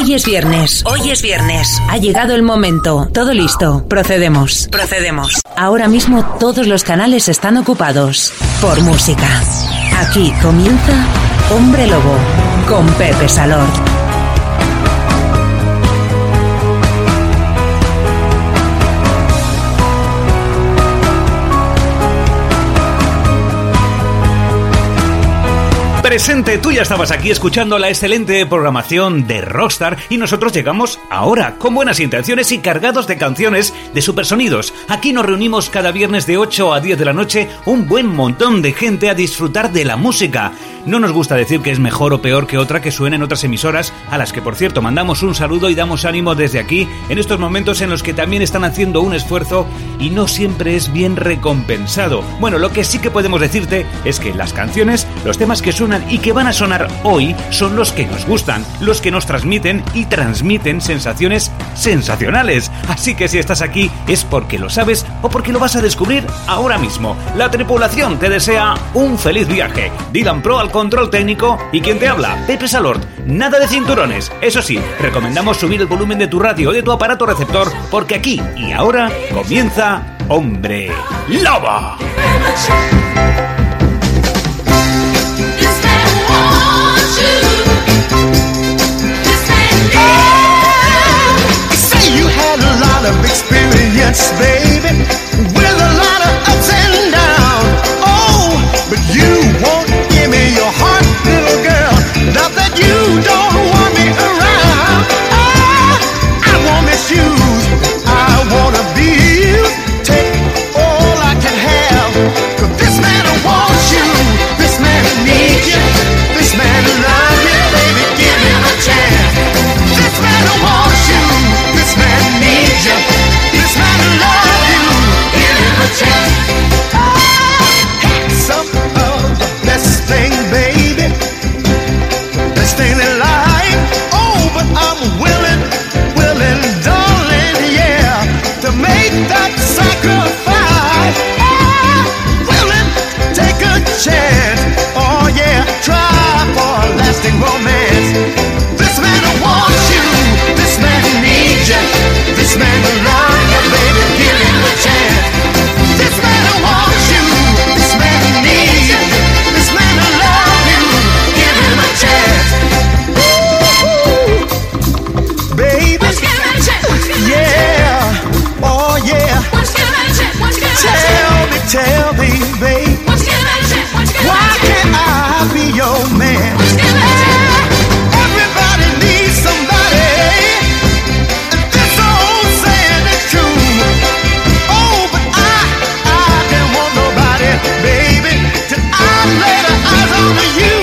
Hoy es viernes. Hoy es viernes. Ha llegado el momento. Todo listo. Procedemos. Procedemos. Ahora mismo todos los canales están ocupados por música. Aquí comienza Hombre Lobo con Pepe Salord. Presente, tú ya estabas aquí escuchando la excelente programación de Rockstar y nosotros llegamos ahora con buenas intenciones y cargados de canciones de supersonidos. Aquí nos reunimos cada viernes de 8 a 10 de la noche un buen montón de gente a disfrutar de la música. No nos gusta decir que es mejor o peor que otra que suene en otras emisoras, a las que por cierto mandamos un saludo y damos ánimo desde aquí en estos momentos en los que también están haciendo un esfuerzo y no siempre es bien recompensado. Bueno, lo que sí que podemos decirte es que las canciones, los temas que suenan y que van a sonar hoy son los que nos gustan, los que nos transmiten y transmiten sensaciones sensacionales. Así que si estás aquí es porque lo sabes o porque lo vas a descubrir ahora mismo. La tripulación te desea un feliz viaje. Dylan Pro al control técnico y quien te habla, Pepe Salord. Nada de cinturones. Eso sí, recomendamos subir el volumen de tu radio o de tu aparato receptor porque aquí y ahora comienza Hombre Lobo. Of experience, baby, with a lot of ups and downs. Oh, but you won't give me your heart, little girl. Not that you don't want me around. I won't misuse. I wanna be you. Take all I can have. 'Cause this man wants you. This man needs you. This man loves you, baby. Give him a chance. This man wants you. This man needs you. This man loves you. Give him a chance. Some of the best thing, baby. Best thing in life. Oh, but I'm willing, darling, yeah, to make that sacrifice. Willing, take a chance. Oh yeah, try for a lasting romance. This man wants you. This man needs you. This man loves you, baby. Give him a chance. This man wants you. This man needs you. This man loves you. Give him a chance. Ooh, baby. Yeah. Oh yeah. Tell me, baby. Why can't I be your man? Everybody needs somebody. This old saying is true. Oh, but I can't want nobody, baby, till I lay the eyes on you.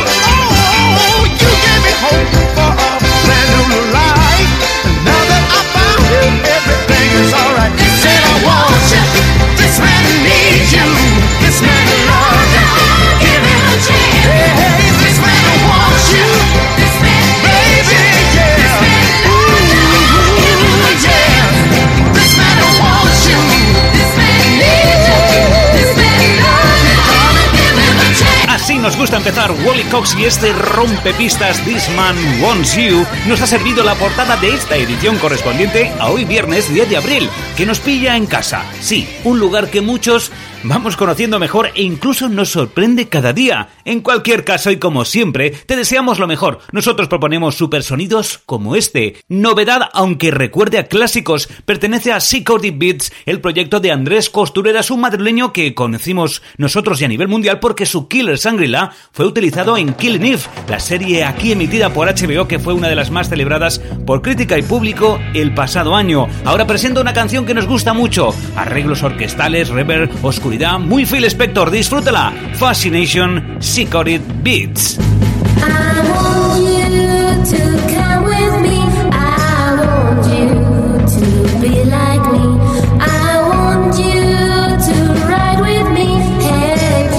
Oh, you gave me hope for a brand new life. Now that I found you, everything is alright. Said I want you. This man needs you. This man loves you. Give him a chance. Hey, this man wants you. This man, baby, yeah. Ooh, yeah. This man wants you. This man needs you. This man loves you. Give him a chance. Así nos gusta empezar Wally Cox y este rompepistas This Man Wants You nos ha servido la portada de esta edición correspondiente a hoy viernes 10 de abril, que nos pilla en casa. Sí, un lugar que muchos vamos conociendo mejor e incluso nos sorprende cada día. En cualquier caso y como siempre, te deseamos lo mejor. Nosotros proponemos supersonidos como este. Novedad, aunque recuerde a clásicos, pertenece a Sicory Beats, el proyecto de Andrés Costureras, un madrileño que conocimos nosotros y a nivel mundial porque su Killer Shangri-La fue utilizado en Killing Eve, la serie aquí emitida por HBO que fue una de las más celebradas por crítica y público el pasado año. Ahora presenta una canción que nos gusta mucho, arreglos orquestales, reverb, oscuridad, muy Phil Spector, disfrútala. Fascination, Sicory Beats. I want you to come with me. I want you to be like me. I want you to ride with me. Hey,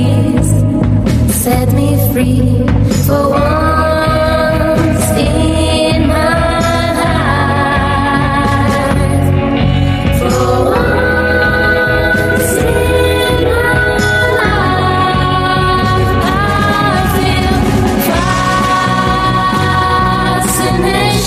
please set me free for once in my life. For once in my life, I feel fascination.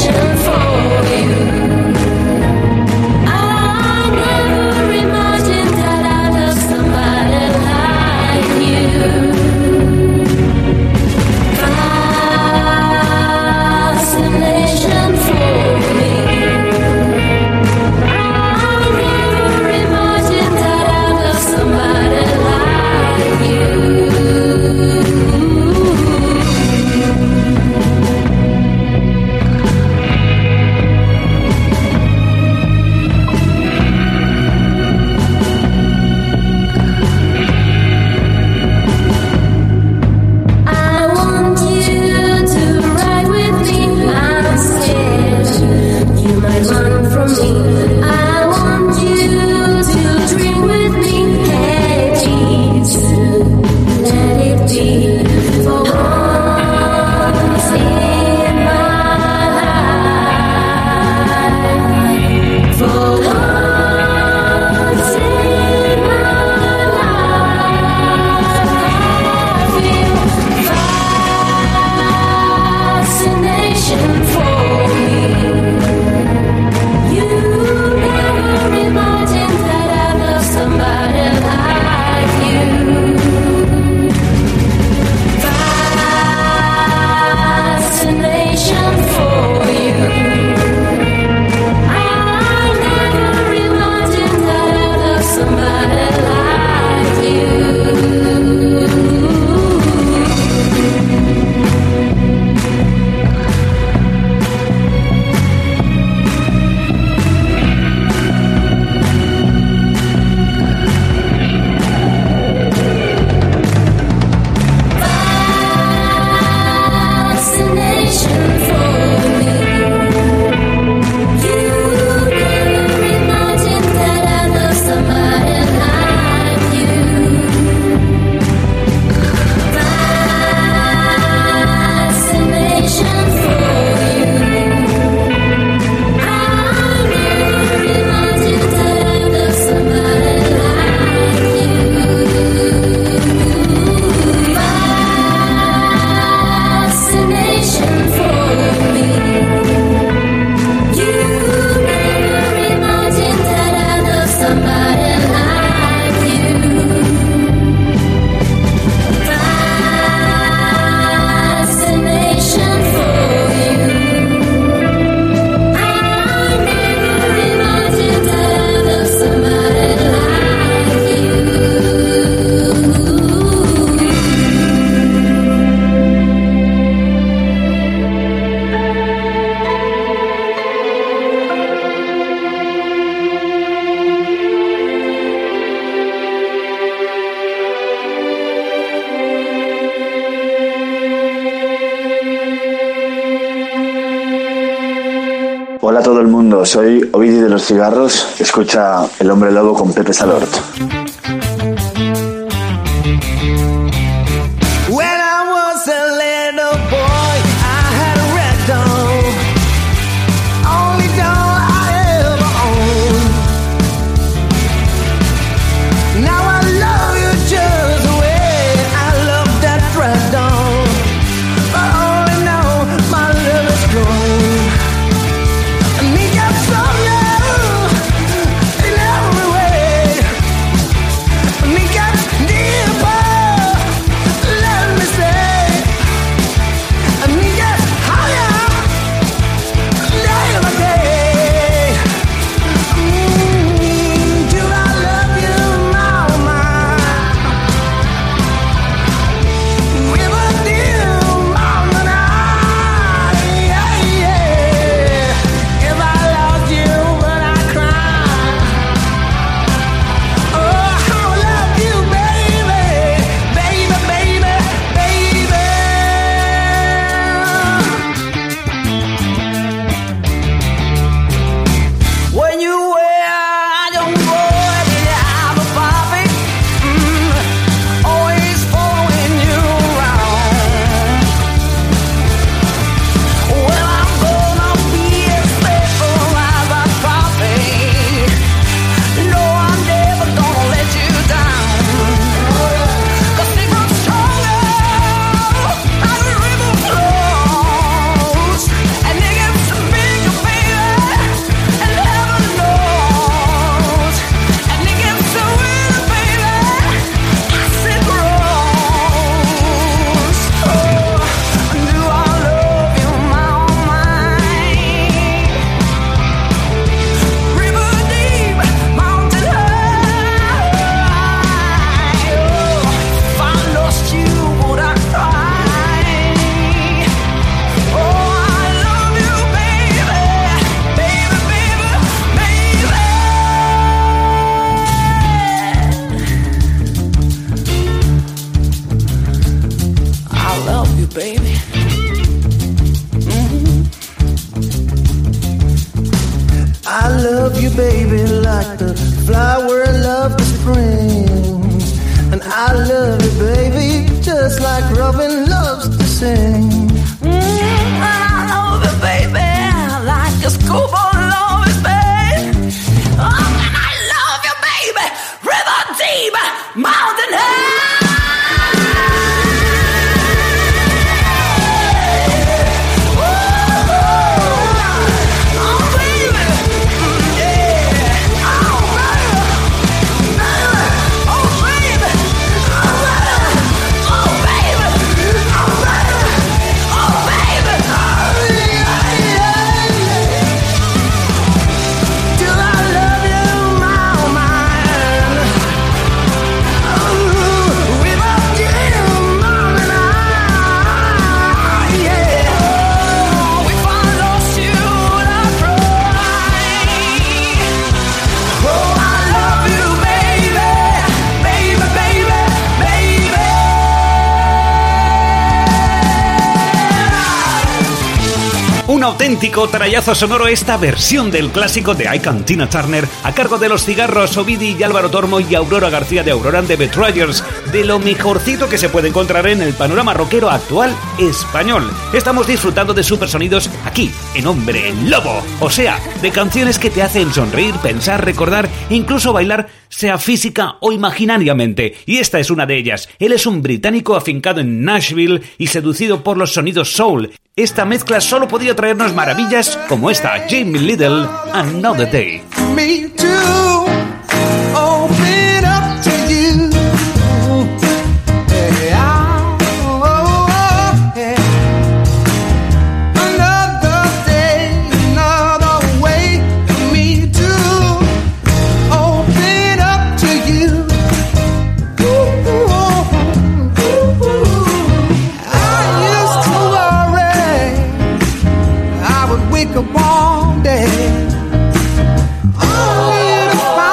Hola a todo el mundo, soy Ovidio de los Cigarros. Escucha El Hombre Lobo con Pepe Salort. Un auténtico trayazo sonoro esta versión del clásico de Ike and Tina Turner a cargo de los Cigarros, Ovidi y Álvaro Tormo y Aurora García de Aurora and the Betrayers, de lo mejorcito que se puede encontrar en el panorama rockero actual español. Estamos disfrutando de supersonidos aquí, en Hombre Lobo, o sea, de canciones que te hacen sonreír, pensar, recordar e incluso bailar, sea física o imaginariamente, y esta es una de ellas. Él es un británico afincado en Nashville y seducido por los sonidos soul. Esta mezcla solo podía traernos maravillas como esta, Jamie Little, Another Day. Me too, open up to you. Yeah, yeah. Another day, another way. Me too, open up to you. I used to worry I would wake up one day only to find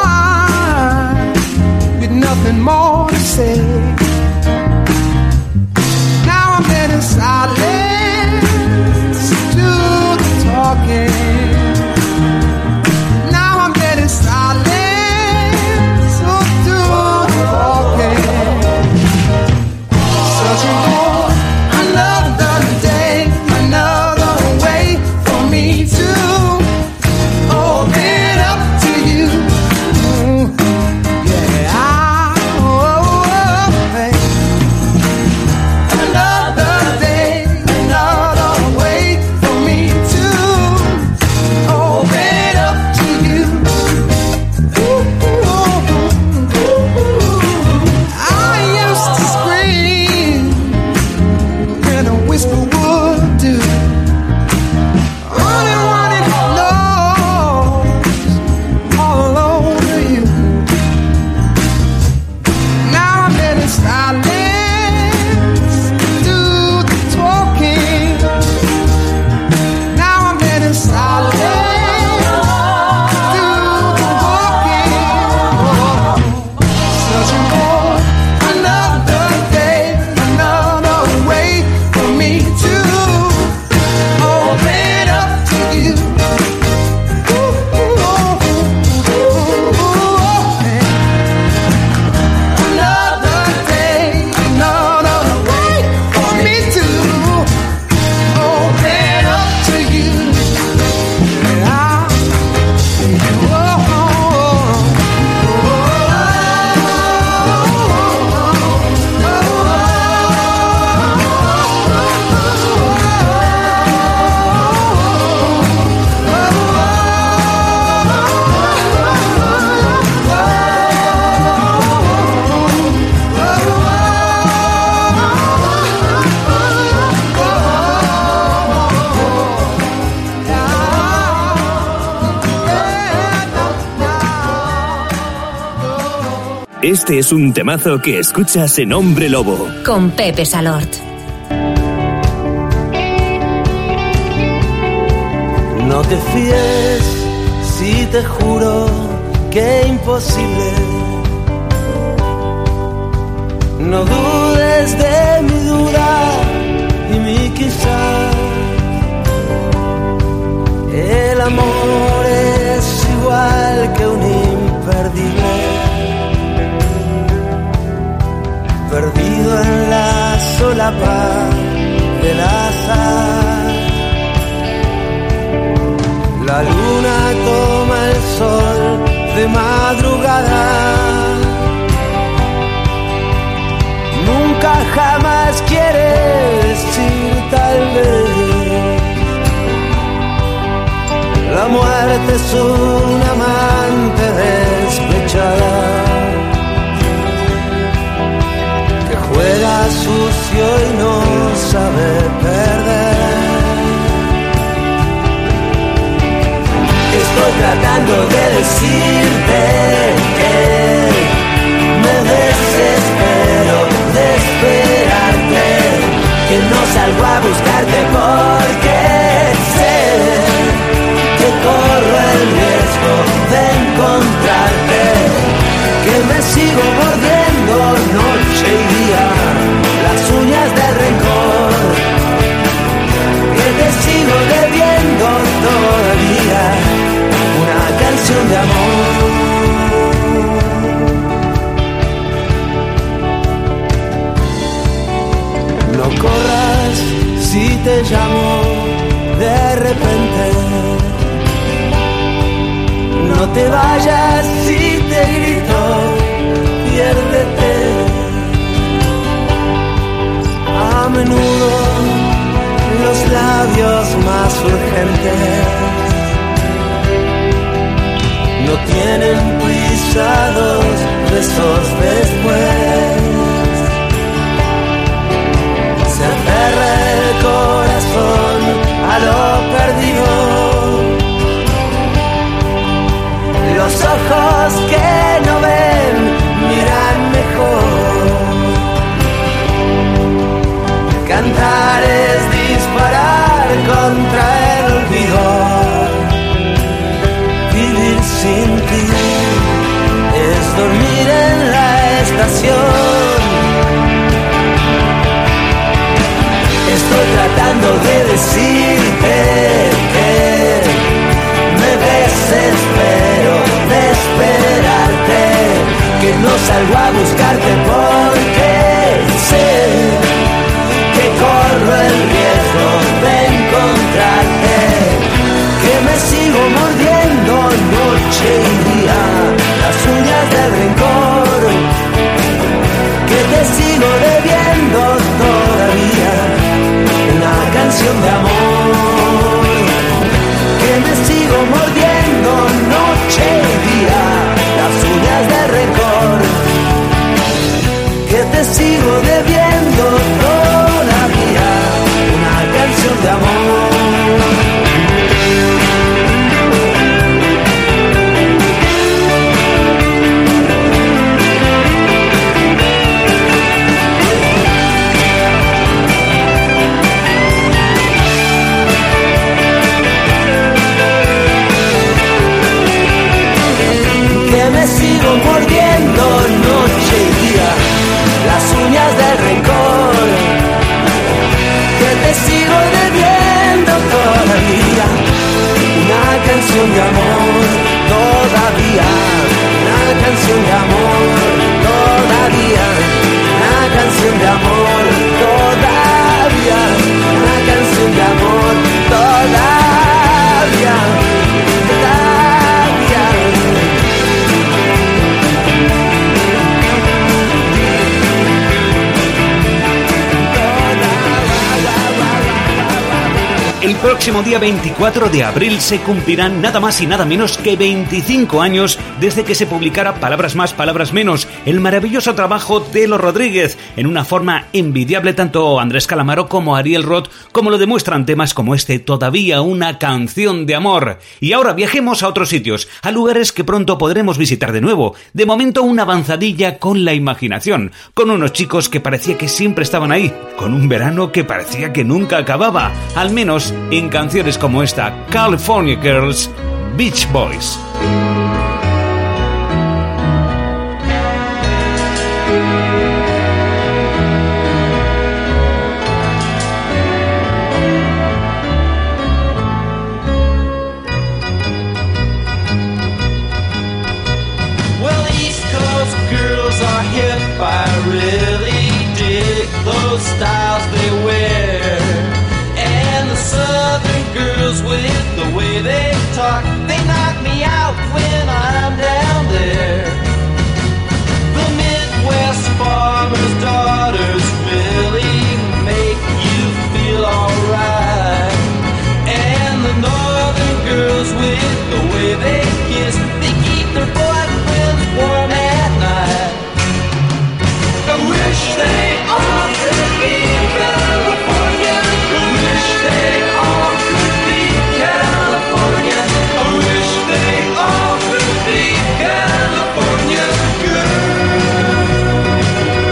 Este es un temazo que escuchas en Hombre Lobo. Con Pepe Salort. No te fíes si te juro que imposible. No dudes de mi duda y mi quizás. El amor es igual que un imperdible, perdido en la solapa del azar. La luna toma el sol de madrugada. Nunca jamás quiere decir tal vez. La muerte es un amante despechada que juega sucio y no sabe perder. Estoy tratando de decirte que me desespero de esperarte, que no salgo a buscarte porque sé que corro el riesgo de encontrarte, que me sigo mordiendo noche y día las uñas del rencor, que te sigo debiendo todavía una canción de amor. No corras si te llamo de repente. No te vayas si te grito, piérdete. A menudo los labios más urgentes no tienen prisa, dos besos después. Se aferra el corazón a lo perdido. Los ojos que no ven miran mejor. Cantar es disparar contra el olvido. Vivir sin ti es dormir en la estación. Estoy tratando de decirte que me desespero de esperarte, que no salgo a buscarte porque sé que corro El próximo día 24 de abril se cumplirán nada más y nada menos que 25 años desde que se publicara Palabras más, palabras menos, el maravilloso trabajo de Los Rodríguez, en una forma envidiable. Tanto Andrés Calamaro como Ariel Roth, como lo demuestran temas como este, Todavía una canción de amor. Y ahora viajemos a otros sitios, a lugares que pronto podremos visitar de nuevo. De momento una avanzadilla con la imaginación, con unos chicos que parecía que siempre estaban ahí, con un verano que parecía que nunca acababa, al menos en canciones como esta, California Girls, Beach Boys. Well, East Coast girls are hip, I really dig those styles they wear. Southern girls with the way they talk, they knock me out when I'm down there. The Midwest farmers' daughters really make you feel alright. And the Northern girls with the way they kiss, they keep their boyfriends warm at night. I wish they all could be California. I wish they all could be California. I wish they all could be California girls.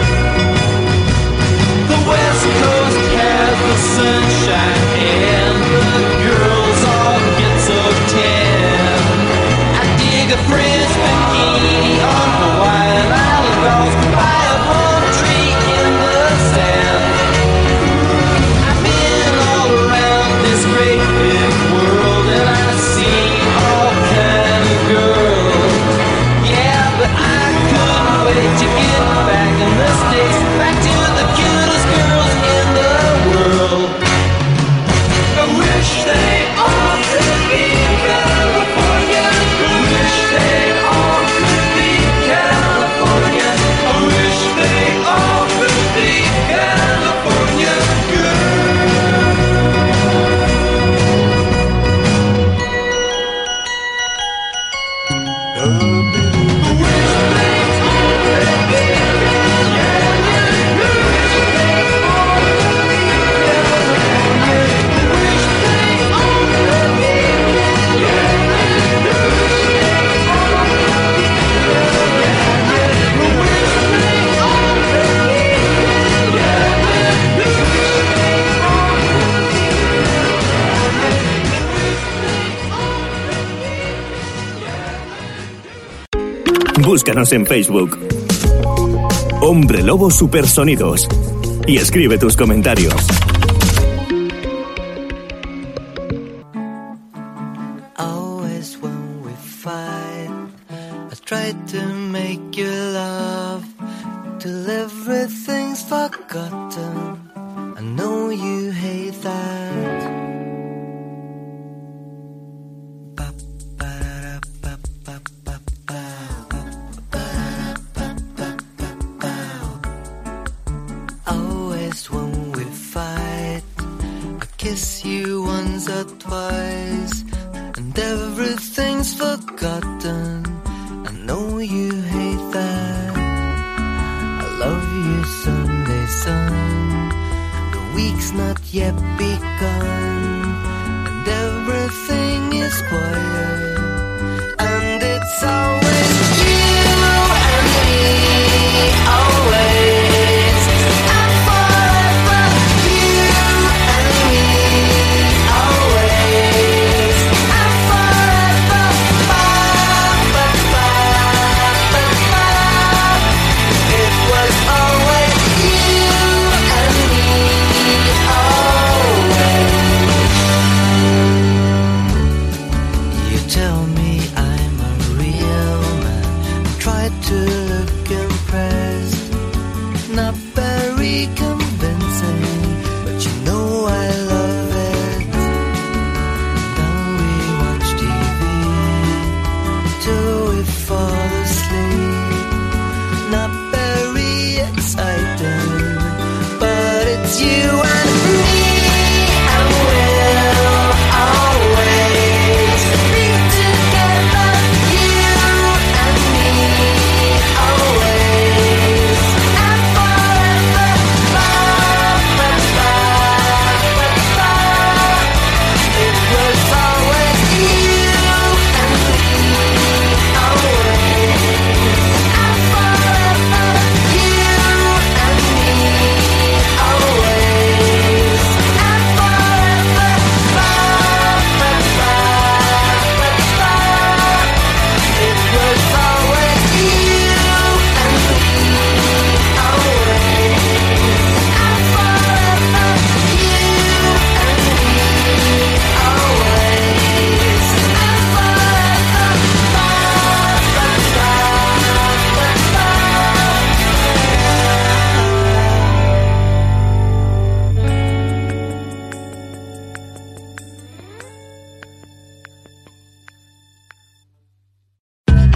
The West Coast has the sunshine and the girls all get so tan. I dig a French bikini on Hawaiian Island girls by a palm tree in the sand. I've been all around this great big world and I've seen all kind of girls. Yeah, but I couldn't wait to get back in the States, back to the cutest girls in the world. I wish they all could be California. I wish they all could be California. I wish they all could be California girls. Búscanos en Facebook. Hombre Lobo Supersonidos. Y escribe tus comentarios. Always when we fight, I try to make you laugh till everything's forgotten. I know you hate that. Always when we fight, I kiss you once or twice, and everything's forgotten. I know you hate that. I love you Sunday sun. The week's not yet begun, and everything is quiet, and it's always you and me, always. And forever, you and me, always. And forever, it was always you and me, always.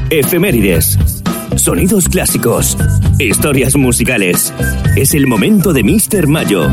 Efemérides. Sonidos clásicos. Historias musicales. Es el momento de Mr. Mayo.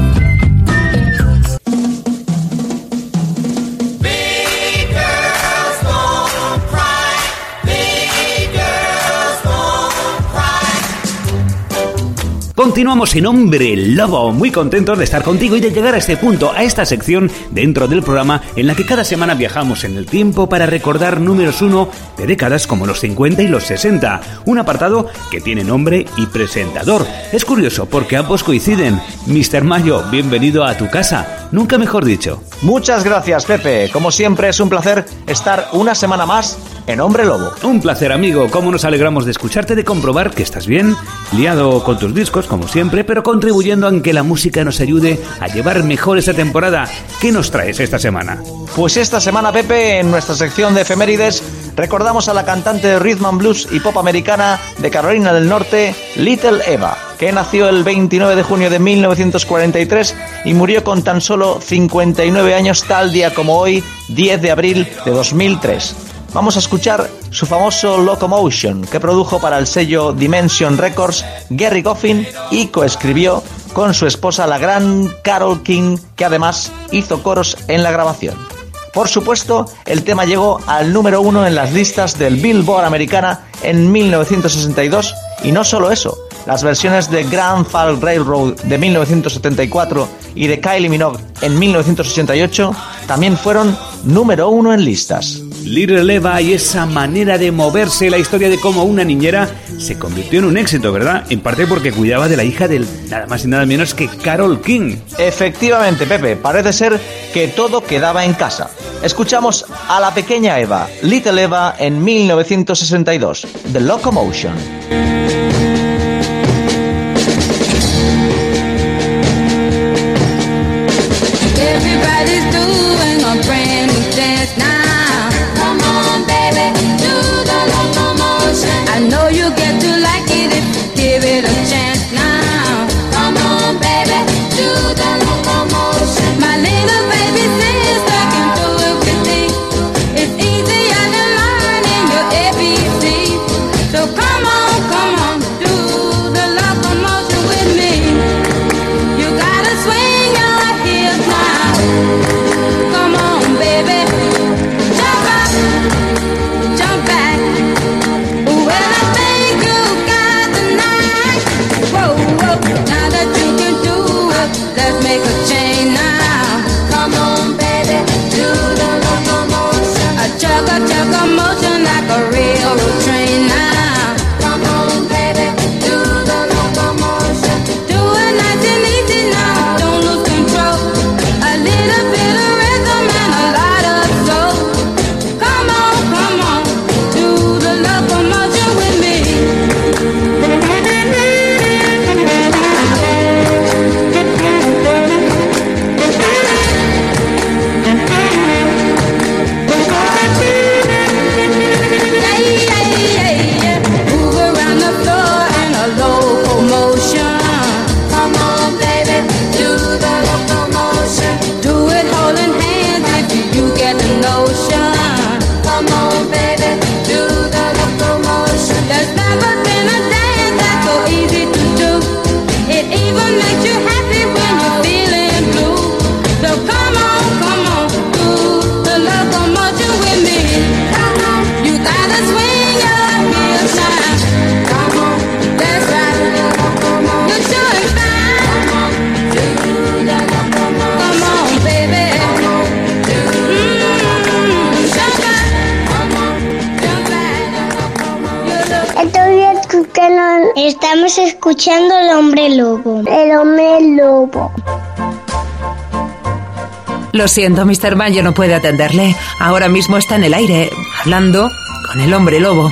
Continuamos en Hombre Lobo, muy contentos de estar contigo y de llegar a este punto, a esta sección dentro del programa en la que cada semana viajamos en el tiempo para recordar números 1 de décadas como los 50 y los 60, un apartado que tiene nombre y presentador. Es curioso porque ambos coinciden. Mr. Mayo, bienvenido a tu casa, nunca mejor dicho. Muchas gracias, Pepe. Como siempre es un placer estar una semana más en Hombre Lobo. Un placer, amigo. Cómo nos alegramos de escucharte, de comprobar que estás bien, liado con tus discos, como siempre, pero contribuyendo a que la música nos ayude a llevar mejor esta temporada. ¿Qué nos traes esta semana? Pues esta semana, Pepe, en nuestra sección de efemérides, recordamos a la cantante de rhythm and blues y pop americana de Carolina del Norte, Little Eva, que nació el 29 de junio de 1943 y murió con tan solo 59 años tal día como hoy, 10 de abril de 2003. Vamos a escuchar su famoso Locomotion, que produjo para el sello Dimension Records Gerry Goffin y coescribió con su esposa, la gran Carole King, que además hizo coros en la grabación. Por supuesto, el tema llegó al número 1 en las listas del Billboard americana en 1962, y no solo eso, las versiones de Grand Funk Railroad de 1974 y de Kylie Minogue en 1988 también fueron número 1 en listas. Little Eva y esa manera de moverse, la historia de cómo una niñera se convirtió en un éxito, ¿verdad? En parte porque cuidaba de la hija del nada más y nada menos que Carole King. Efectivamente, Pepe, parece ser que todo quedaba en casa. Escuchamos a la pequeña Eva, Little Eva, en 1962, The Locomotion. Everybody's doing a brand new dance now. Come on, baby, do the locomotion. I know you get to like it if you give it a chance now. Come on, baby, do the locomotion. My little baby says I can do everything. It's easier than learning your ABC. So come on, do the locomotion with me. You gotta swing your hips now. Come on, baby, jump up, jump back. Well, I think you got the knack. Whoa, whoa, now that you can do it, let's make a change now. Come on, baby, do the locomotion. A chugga motion like a railroad train now. Come on, baby, do the locomotion. Do it nice and easy now, don't lose control. A little bit of rhythm and a lot of soul. Come on, do the locomotion with me. Yeah. Move around the floor in a locomotion. Come on, baby, do the locomotion. Do it holding hands if you get the notion. Come on, baby, do the locomotion. There's never been a dance that's so easy to do. It even makes you happy when you're feeling blue. So come on, do the locomotion with me. Come on, you gotta swing your hips now. Come on, that's right. You're doing fine. Come on, baby. Jump back. Estoy escuchando, estamos escuchando El Hombre Lobo. El Hombre Lobo. Lo siento, Mr. Mayo no puede atenderle. Ahora mismo está en el aire, hablando con el Hombre Lobo.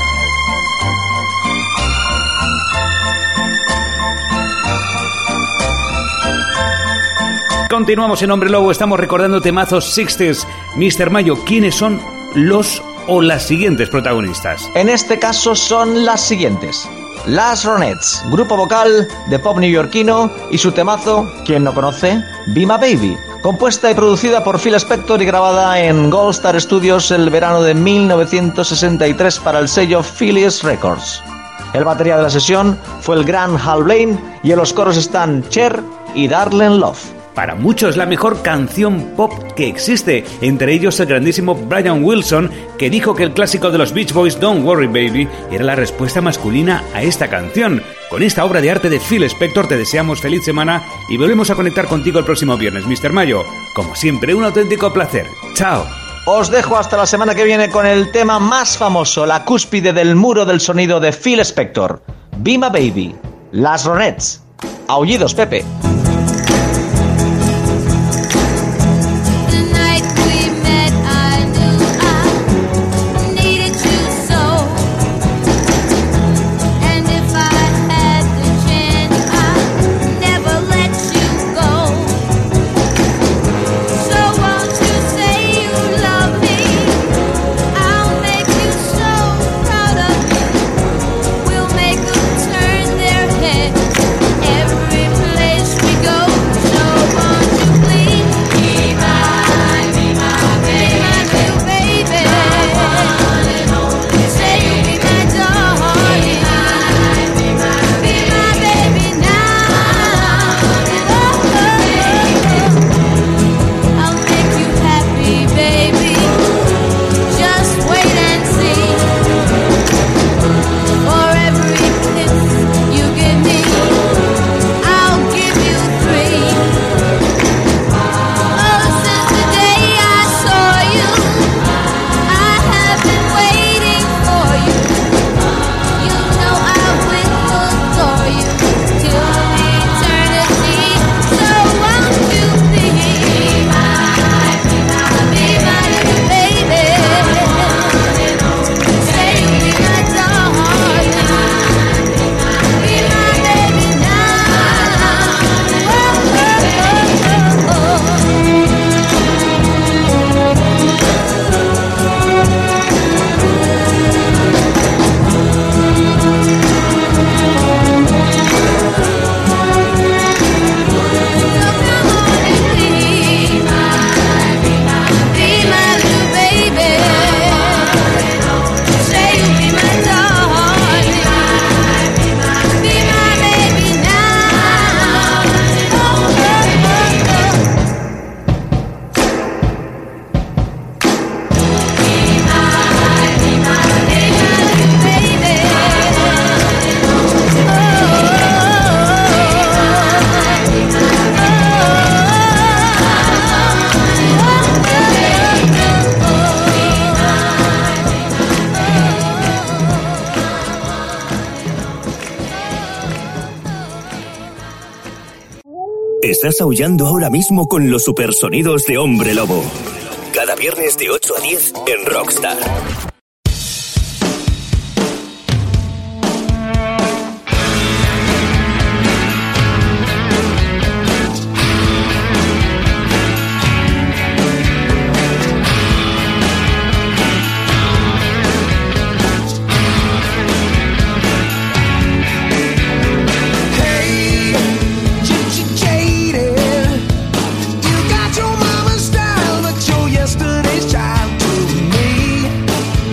Continuamos en Hombre Lobo, estamos recordando temazos 60s. Mr. Mayo, ¿quiénes son los o las siguientes protagonistas? En este caso son las siguientes: Las Ronettes, grupo vocal de pop neoyorquino, y su temazo, ¿quién no conoce? Be My Baby. compuesta y producida por Phil Spector y grabada en Gold Star Studios el verano de 1963 para el sello Philips Records. El batería de la sesión fue el gran Hal Blaine y en los coros están Cher y Darlene Love. Para muchos la mejor canción pop que existe, entre ellos el grandísimo Brian Wilson, que dijo que el clásico de los Beach Boys Don't Worry Baby era la respuesta masculina a esta canción. Con esta obra de arte de Phil Spector te deseamos feliz semana y volvemos a conectar contigo el próximo viernes, Mr. Mayo. Como siempre, un auténtico placer. ¡Chao! Os dejo hasta la semana que viene con el tema más famoso, la cúspide del muro del sonido de Phil Spector, Be My Baby, Las Ronettes. Aullidos, Pepe. Estás aullando ahora mismo con los supersonidos de Hombre Lobo. Cada viernes de 8 a 10 en Rockstar. Yesterday's child to me.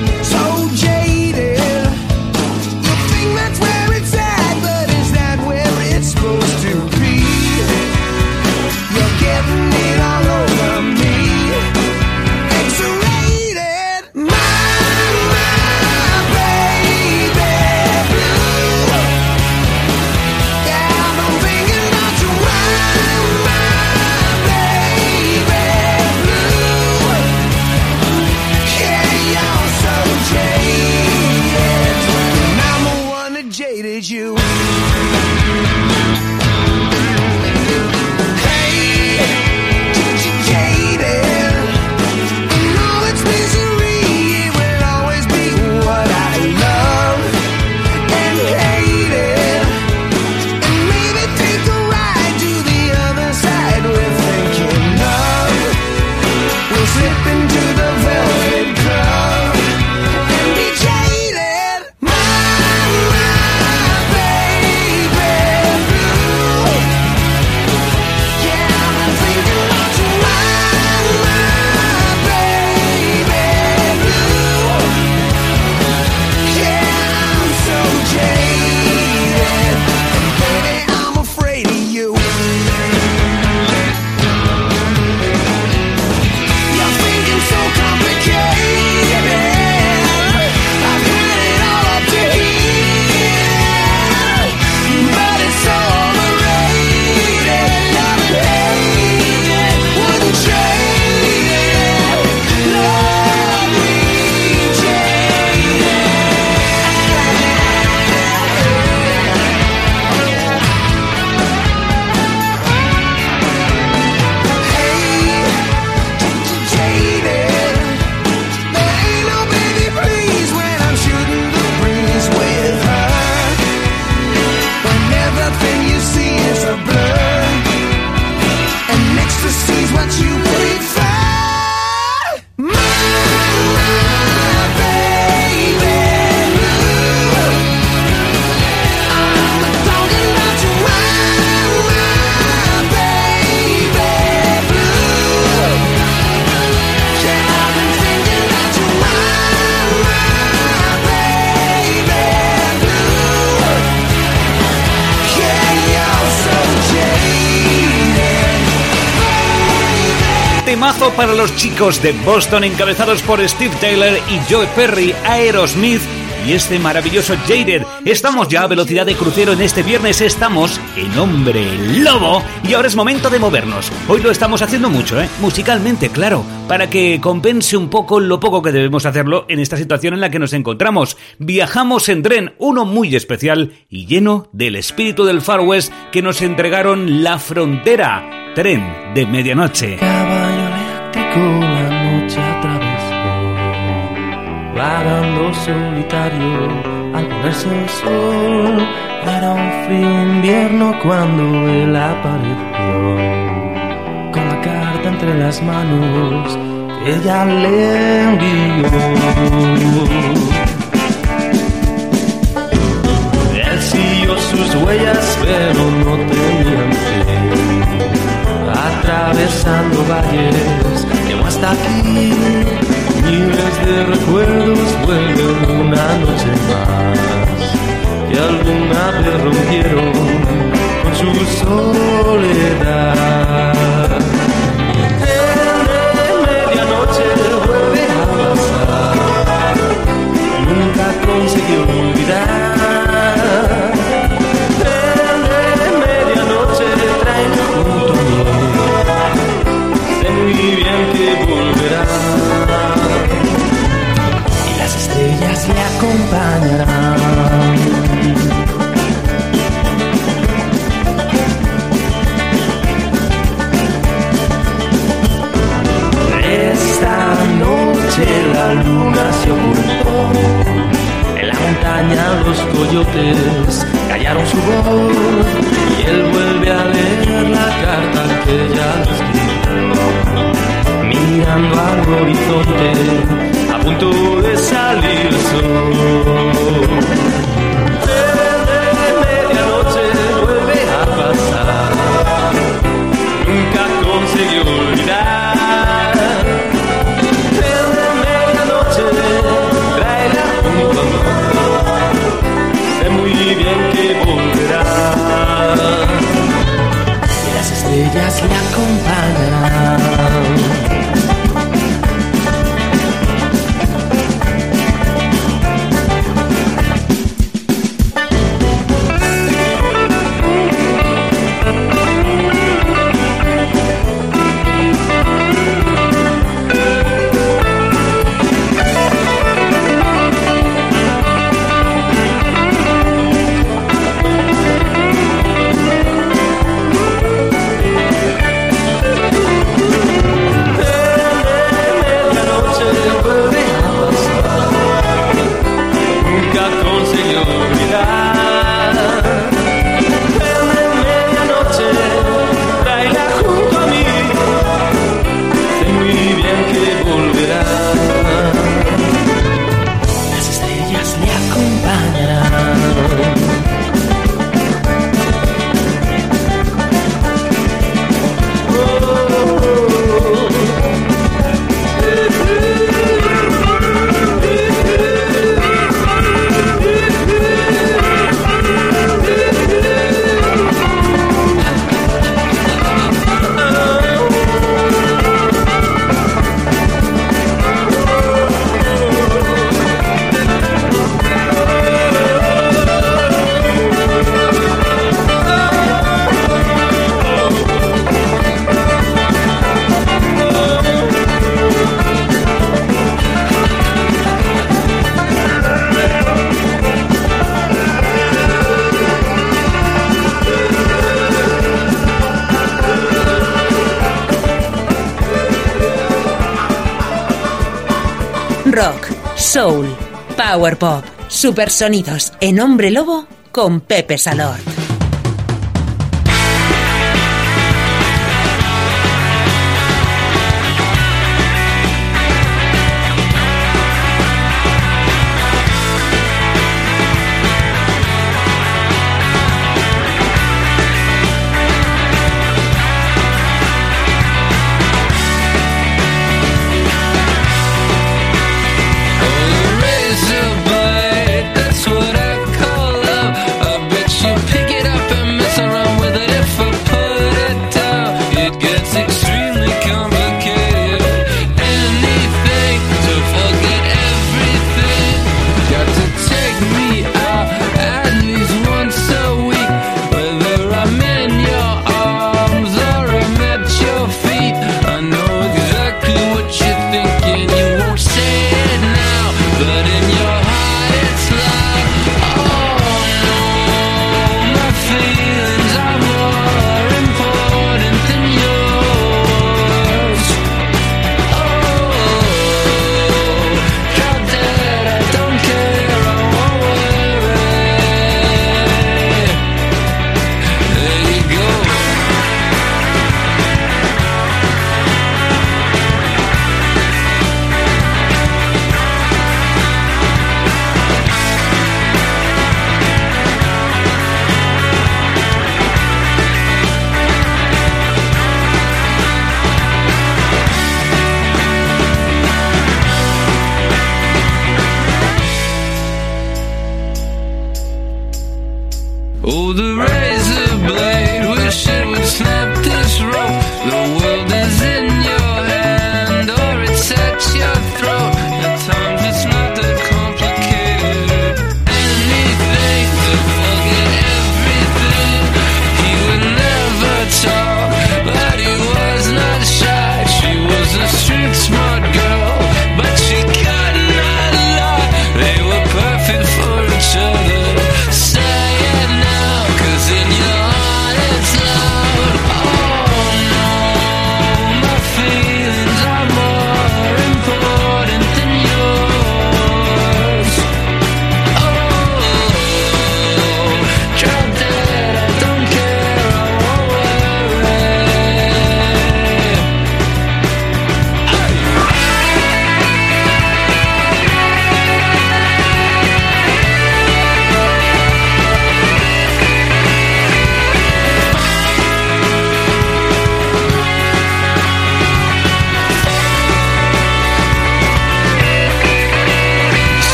what you paid for. My baby blue. I'm talking about you, my baby blue. Yeah, I've been thinking about you, my baby blue. Yeah, you're so jaded. Temazo para los chicos de Boston, encabezados por Steve Taylor y Joe Perry, Aerosmith y este maravilloso Jaded. Estamos ya a velocidad de crucero en este viernes, estamos en Hombre Lobo y ahora es momento de movernos. Hoy lo estamos haciendo mucho, musicalmente, claro, para que compense un poco lo poco que debemos hacerlo en esta situación en la que nos encontramos. Viajamos en tren, uno muy especial y lleno del espíritu del Far West que nos entregaron La Frontera, tren de medianoche. Caballo eléctrico la noche atravesó, vagando solitario al ponerse el sol. Era un frío invierno cuando él apareció, con la carta entre las manos que ella le envió. Él siguió sus huellas pero no tenían fin, atravesando valles, llegó hasta aquí. Miles de recuerdos vuelven una noche más, que alguna vez rompieron con su soledad. Tren de medianoche vuelve a pasar, nunca consiguió olvidar. Tren de medianoche tráeme junto a mí, sé muy bien que volverá. Las estrellas le acompañarán. Esta noche la luna se ocultó, en la montaña los coyotes callaron su voz y él vuelve a leer la carta que ella le escribió, mirando al horizonte a punto de salir el sol. Tren de medianoche vuelve a pasar, nunca consiguió olvidar. Tren de medianoche, tráela junto a mí, sé muy bien que volverá. Y las estrellas le acompañarán. Rock, soul, power pop, supersonidos en Hombre Lobo con Pepe Salor.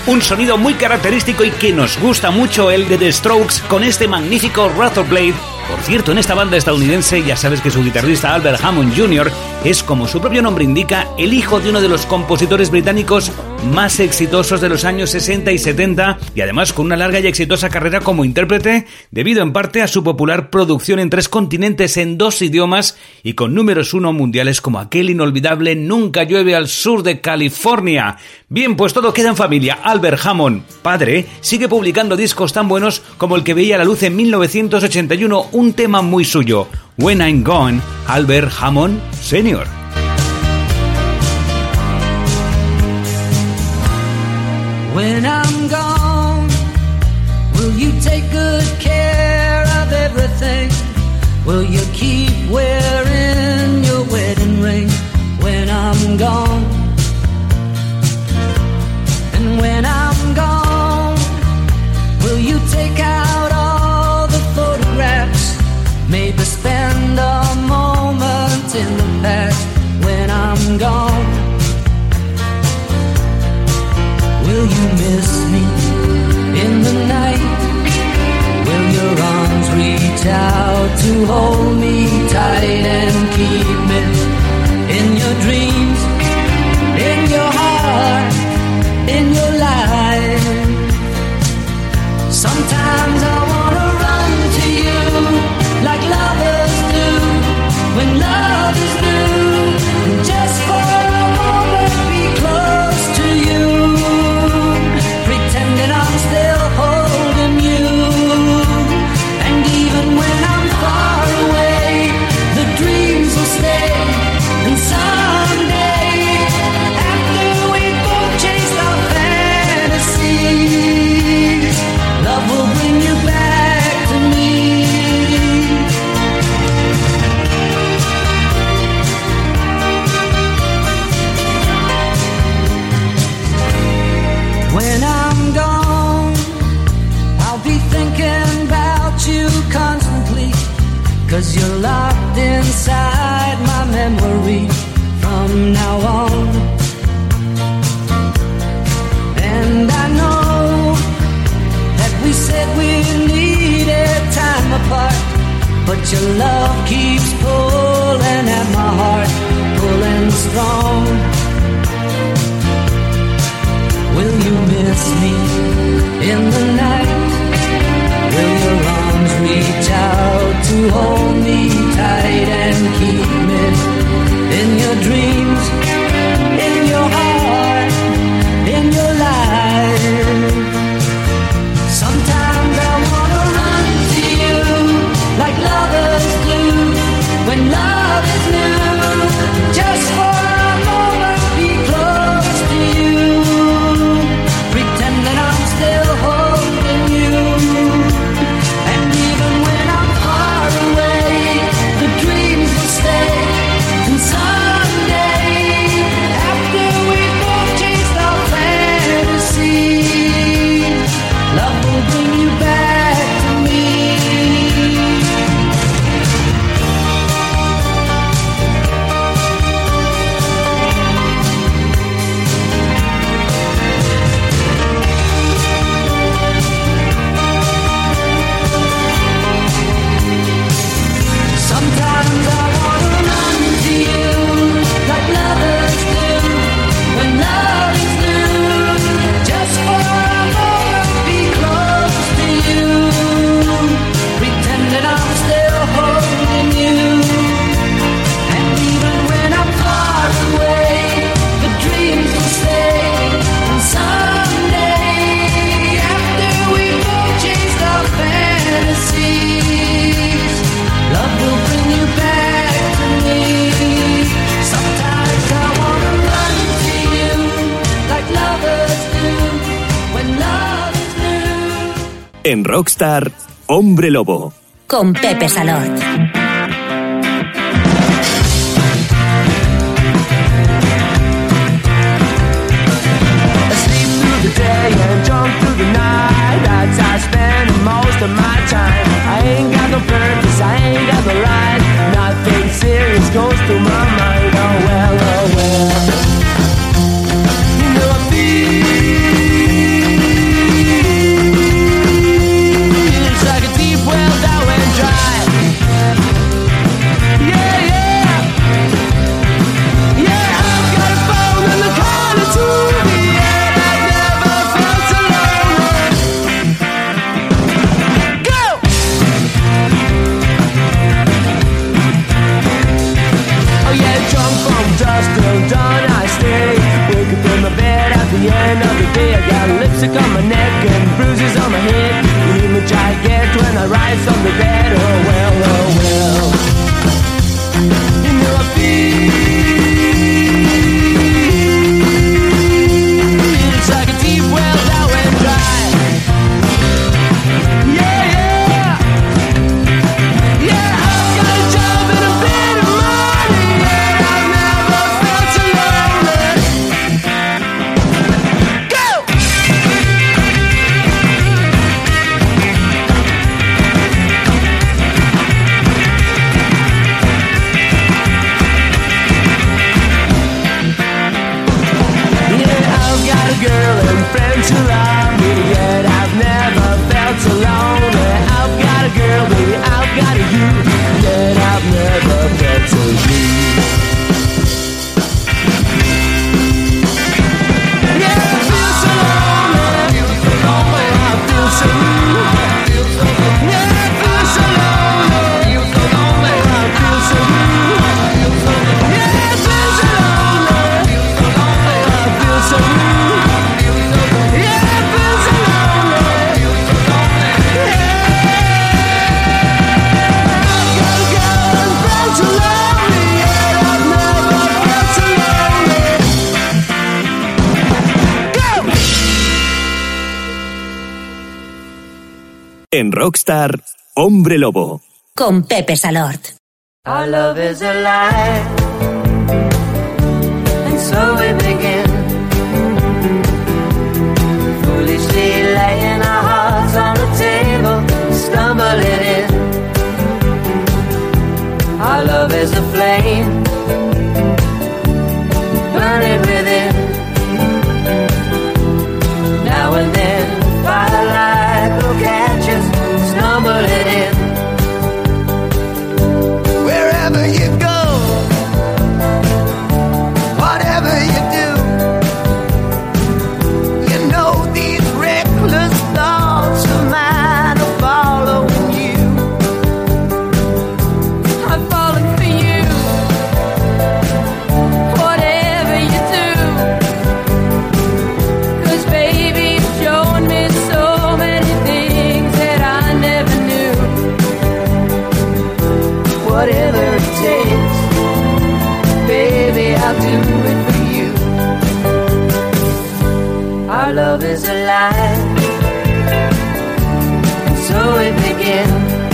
Un sonido muy característico y que nos gusta mucho, el de The Strokes, con este magnífico Razorblade. Por cierto, en esta banda estadounidense ya sabes que su guitarrista Albert Hammond Jr. es, como su propio nombre indica, el hijo de uno de los compositores británicos más exitosos de los años 60 y 70 y además con una larga y exitosa carrera como intérprete, debido en parte a su popular producción en 3 continentes en 2 idiomas y con números 1 mundiales como aquel inolvidable Nunca llueve al sur de California. Bien, pues todo queda en familia. Albert Hammond, padre, sigue publicando discos tan buenos como el que veía la luz en 1981, un tema muy suyo, When I'm Gone, Albert Hammond Sr. When I'm gone, will you take good care of everything? Will you keep wearing your wedding ring when I'm gone? And when I'm gone, will you take out all the photographs? Maybe spend a moment in the past when I'm gone. Will you miss me in the night? Will your arms reach out to hold me tight and keep me in your dreams, in your heart, in your life? Sometimes I wanna run to you like lovers do when love is new, and just for a moment be close to you, pretending I'm still holding you. And even when I'm far away, the dreams will stay. And someday, after we both chased our fantasies, love will bring you back to me. When I'm gone, I'll be thinking about you constantly, 'cause you're locked inside my memory from now on. And I know that we said we needed time apart, but your love keeps pulling at my heart, pulling strong. Will you miss me in the night? Will your arms reach out to hold me tight and keep me in your dreams, in your heart, in your life? Sometimes I wanna run to you like lovers do when love is new, just for a moment be close to you, pretending I'm still holding you. And even when I'm far away, the dreams will stay. And someday, after we both chased our fantasies, love will bring you back to me. Sometimes I wanna run to you like lovers do when love is new, just for a moment be close to you, pretending I'm still holding you. And even when I'm far away, the dreams will stay. And someday, after we both chased our fantasies, love will bring you back to me. Sometimes I wanna run to you like lovers do when love is new. En Rockstar, Hombre Lobo. Con Pepe Salot. Sleep through the day and jump through the night. That's how I spend most of my time. I ain't got no purpose, I ain't got no right. Nothing serious goes through my mind. Oh well, oh well. You know I feel lipstick on my neck and bruises on my head. The image I get when I rise from the bed. Oh well, oh well. You know I feel it's like a deep well that went dry. Yeah, yeah. Yeah, I've got a job and a bit of money, and I've never felt so lonely. Go! Yeah, I've got a girl and friends who love me, yet I've never felt so lonely. I've got a girl, baby, I've got a you, yet I've never felt so blue. Yeah, I feel so lonely. I feel so blue. Yeah, I feel so lonely. I feel so blue. Yeah, I feel so lonely. I feel so blue. Yeah, I feel so lonely. En Rockstar, Hombre Lobo. Con Pepe Salort. Our love is a lie, and so we begin. Foolishly laying our hearts on the table, stumbling in. Our love is a flame, burning within. Now and then, firelight will catch us, stumbling in. Wherever you go, whatever you do, you know these reckless thoughts of mine are following you. I'm falling for you, whatever you do. 'Cause baby, you've shown me so many things that I never knew. Whatever it takes, baby, I'll do it for you. Our love is a lie, and so we begin.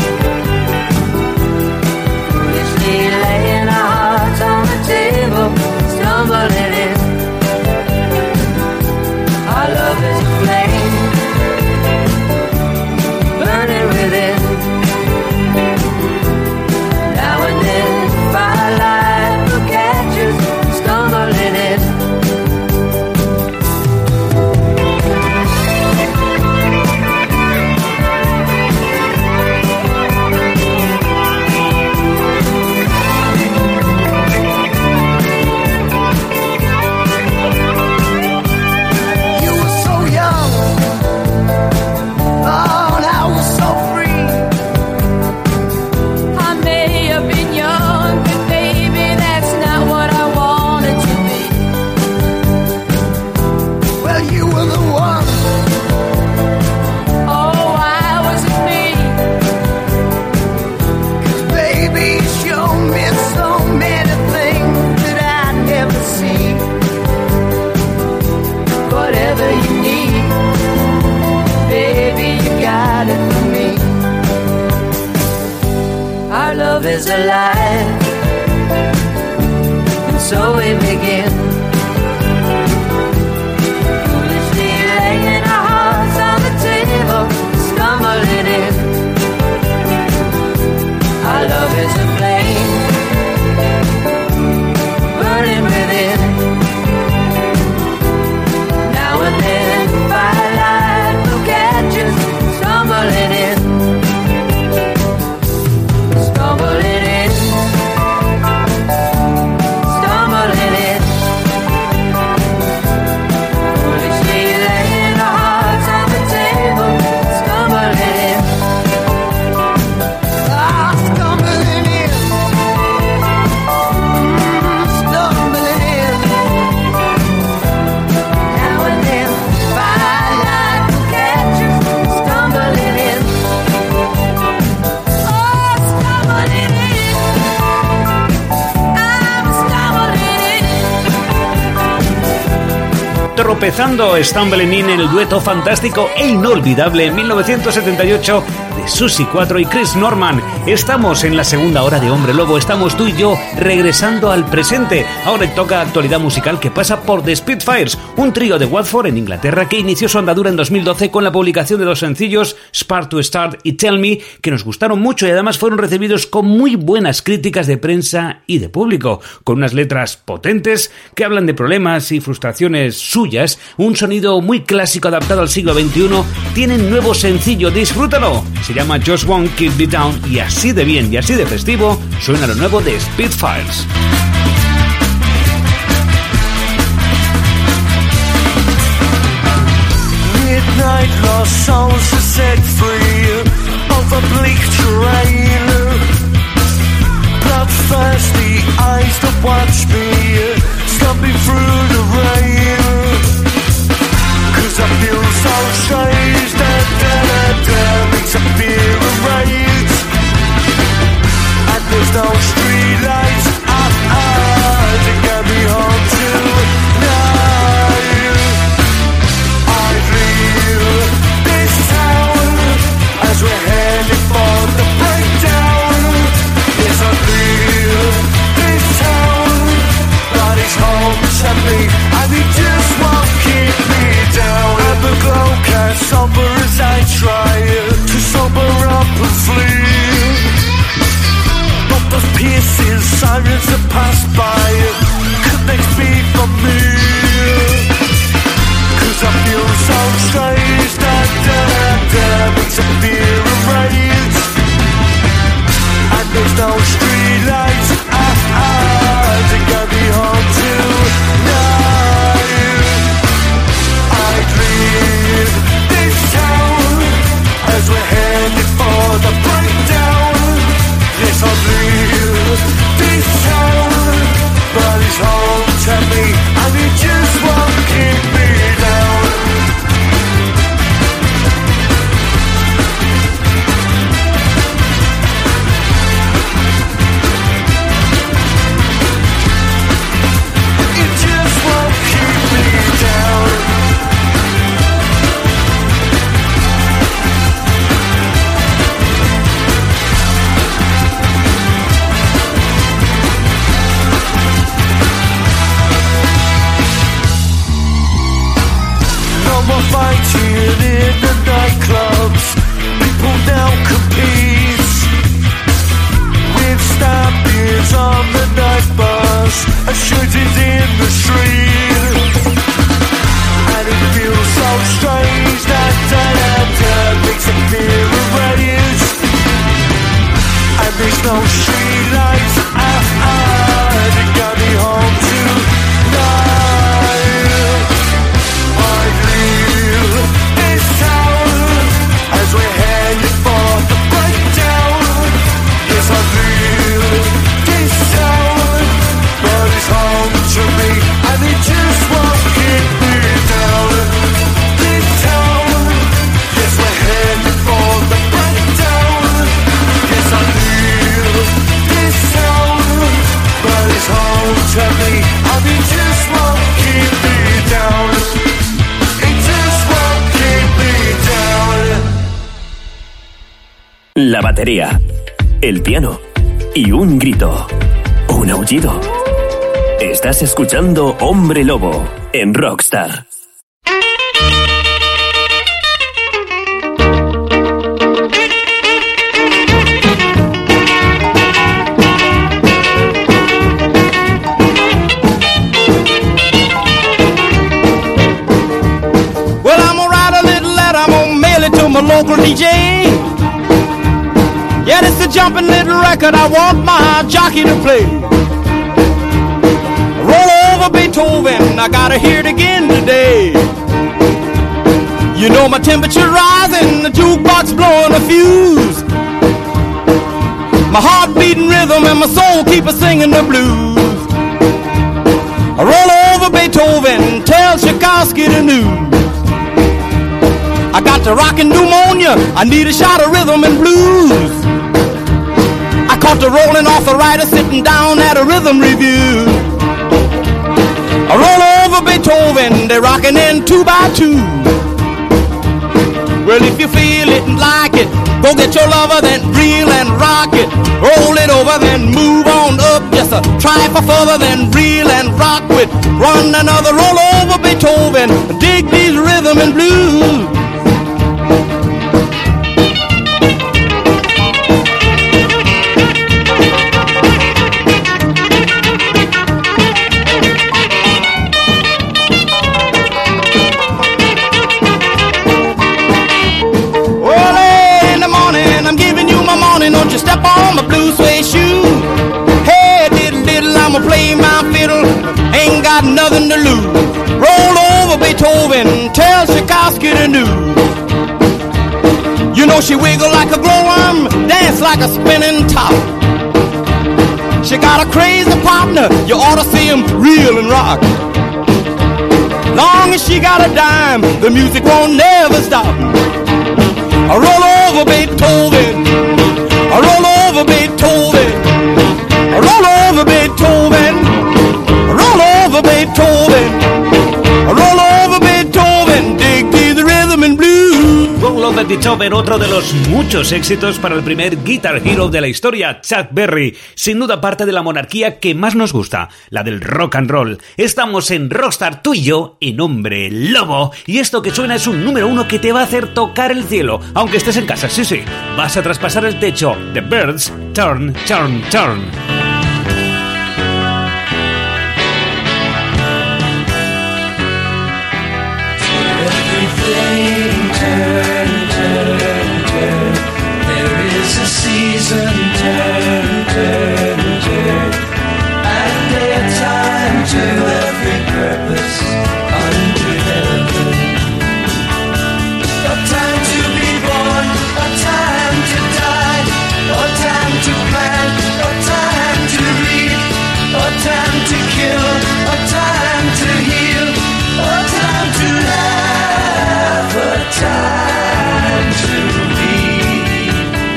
Foolishly laying our hearts on the table, stumbling in. Our love is a flame, burning within. Now and then, firelight will catch us, stumbling in. You were so young, oh, and I was so free. I may have been young, but baby, that's not what I wanted to be. Well, you were the one. Oh, I wasn't me. 'Cause baby, you showed me so many things that I'd never see. Whatever you need, baby, you got it for me. Our love is a lie, and so we begin. Foolishly laying our hearts on the table, stumbling in. Our love is a flame, burning within. Now and then, firelight will catch us, stumbling in. Stumbling in. Stumbling in. tropezando, Stumbling In, el dueto fantástico e inolvidable en 1978 de Susie 4 y Chris Norman. Estamos en la segunda hora de Hombre Lobo, estamos tú y yo regresando al presente. Ahora toca actualidad musical que pasa por The Spitfires, un trío de Watford en Inglaterra que inició su andadura en 2012 con la publicación de dos sencillos, Spark to Start y Tell Me, que nos gustaron mucho y además fueron recibidos con muy buenas críticas de prensa y de público, con unas letras potentes que hablan de problemas y frustraciones suyas, un sonido muy clásico adaptado al siglo XXI. Tienen nuevo sencillo, disfrútalo, se llama Just Won't Keep Me Down, y así de bien y así de festivo suena lo nuevo de Spitfires. Midnight lost souls are set free over bleak terrain. Bloodthirsty eyes that watch me stumbling through the rain. 'Cause I feel so strange, makes a fear of rage. And there's no street lights to get me home tonight. I'd leave this town as we're heading for the breakdown. Yes, I'd leave this town, but it's home to me, and it just won't keep me down. And the glow casts somber as I try to sober up and flee. But those piercing sirens that pass by could next be for me. 'Cause I feel so strange that makes a fear of rage. And there's no street lights to get me home tonight. I'd leave this town as we're headed for the breakdown. Yes, I'll leave this town, but it's home to me, and it just won't keep me down. It just won't keep me down. Fighting in the nightclubs, people now compete with stabbings on the night bus and shootings in the street. And it feels so strange that makes a fear of rage. And there's no street lights to get me home tonight. I'd leave this town as we're headed for the breakdown. Yes, I'd leave this town, but it's home to me, and it just won't keep me down. This town, yes, we're headed for the breakdown. Yes, I'd leave this town, but it's home to me, and it just won't keep me down. La batería, el piano y un grito, un aullido. Estás escuchando Hombre Lobo en Rockstar. Well, I'm gonna write a little letter, I'm gonna mail it to my local DJ. Yeah, it's a jumping little record I want my jockey to play. Roll over Beethoven, I gotta hear it again today. You know my temperature rising, the jukebox blowing a fuse. My heart beating rhythm and my soul keep a singing the blues. I roll over Beethoven, tell Tchaikovsky the news. I got the rockin' pneumonia, I need a shot of rhythm and blues. I caught the rolling arthritis sitting down at a rhythm review. I roll over Beethoven, they're rocking in 2 by 2. Well, if you feel it and like it, go get your lover, then reel and rock it. Roll it over, then move on up. Just a trifle further, then reel and rock with. Run another roll over Beethoven. Dig these rhythm and blues. Don't you step on my blue suede shoe. Hey, diddle diddle, I'ma play my fiddle. Ain't got nothing to lose. Roll over Beethoven, tell Tchaikovsky to do. You know she wiggle like a glowworm, dance like a spinning top. She got a crazy partner, you ought to see him reel and rock. Long as she got a dime, the music won't never stop. I roll over Beethoven, I roll over Beethoven, I roll over Beethoven, I roll over Beethoven, I roll over Beethoven, dig through the rhythm and blues. Roll over Beethoven, otro de los muchos éxitos para el primer Guitar Hero de la historia, Chuck Berry, sin duda parte de la monarquía que más nos gusta, la del rock and roll. Estamos en Rockstar, tú y yo, en Hombre Lobo, y esto que suena es un número 1 que te va a hacer tocar el cielo, aunque estés en casa, sí, sí, vas a traspasar el techo. The Birds, Turn, Turn, Turn. Everything turn, turn, turn. There is a season, turn, turn, turn. And a time to every purpose under heaven. A time to be born, a time to die, a time to plant, a time to reap, a time to kill, a time to heal, a time to laugh, a time to be.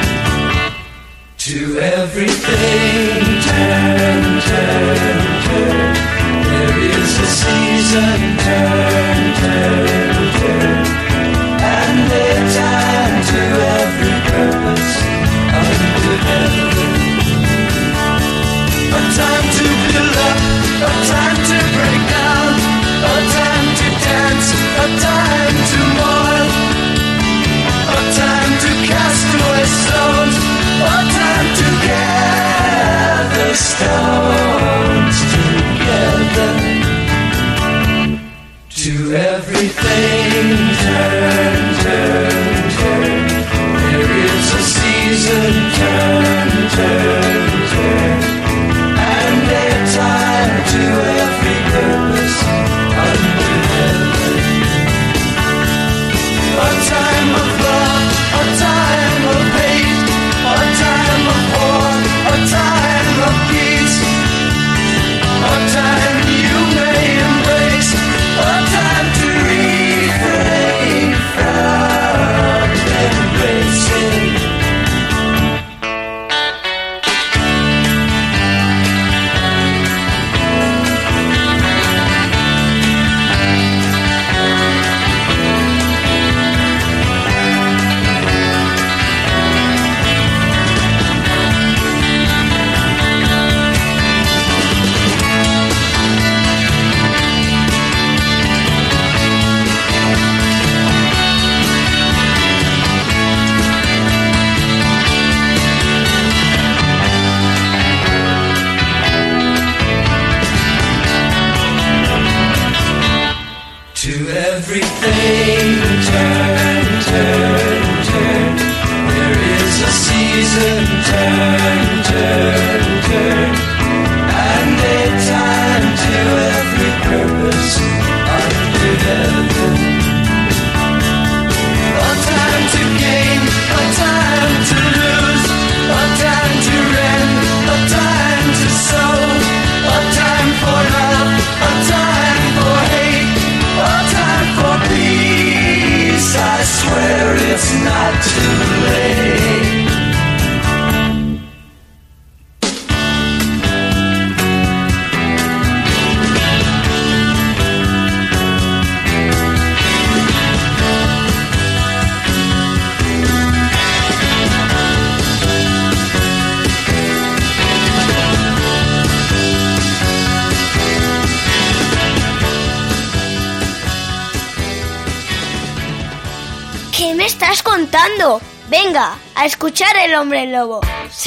To everything turn, turn, turn. There is a season, turn, turn, turn. And a time to every purpose under heaven. A time to build up, a time to break down, a time to dance, a time to mourn, a time to cast away stones, a time to gather stones together. To everything turn, turn, turn. There is a season, turn, turn, turn. And a time to every purpose under heaven. A time of love, a time of hate, a time of war, a time of peace, a time you may embrace, a time to refrain from embracing. To everything turn, turn, turn. There is a season, turn, turn, turn. And a time to every purpose under heaven. A time to gain, a time to lose, a time to rend, a time to sow, a time for love, a time for hate, a time for peace. I swear it's not too late. ¿Qué me estás contando? Venga, a escuchar El Hombre Lobo. ¡Sí!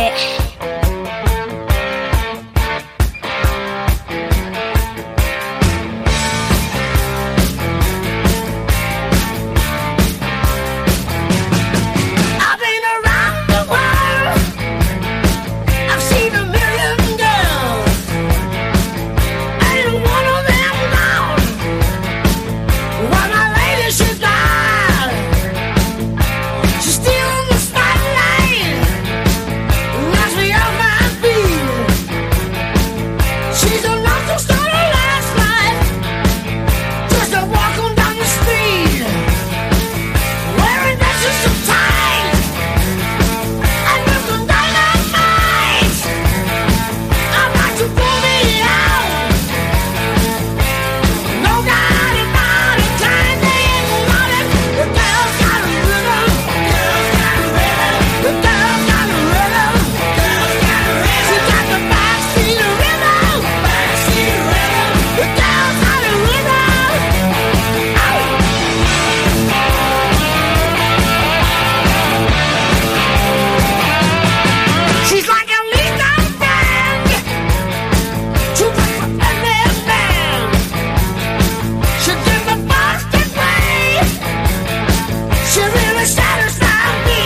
I've been around the world. I've seen a million girls. Ain't one of them gone. While my lady, she's died. She's still in the spotlight. Knocks me off my feet. She's a knock to start her last night. Just a walking down the street. Wearing dresses so tight. And with some dynamite. I'm about to pull me out. No doubt about it. Time they ain't want it. The girl's got a rhythm. Girl's got a rhythm. The girl's got a rhythm. Girl's got a rhythm. She got the backseat rhythm. Backseat rhythm. The girl's got a rhythm. She's like a lethal band. Too much for any man. She gives the busted way. She really satisfies me.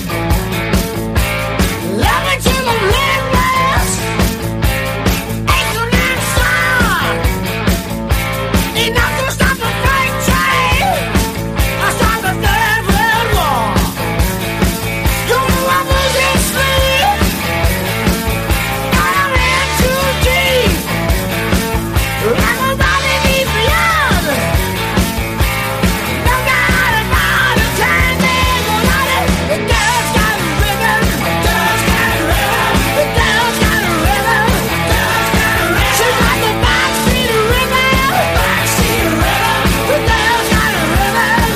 Love me till the limits. Aching and sore. Enough to stop the freight train. I start the Third World War. You know I'm losing sleep. I'm in too deep. Like a body deep beyond. No doubt about it. Time ain't gonna let it. The girl's got a rhythm. Girl's got a rhythm. The girl's got a rhythm. Girl's got a rhythm. She's like the backseat rhythm. Backseat rhythm. The girl's got a rhythm.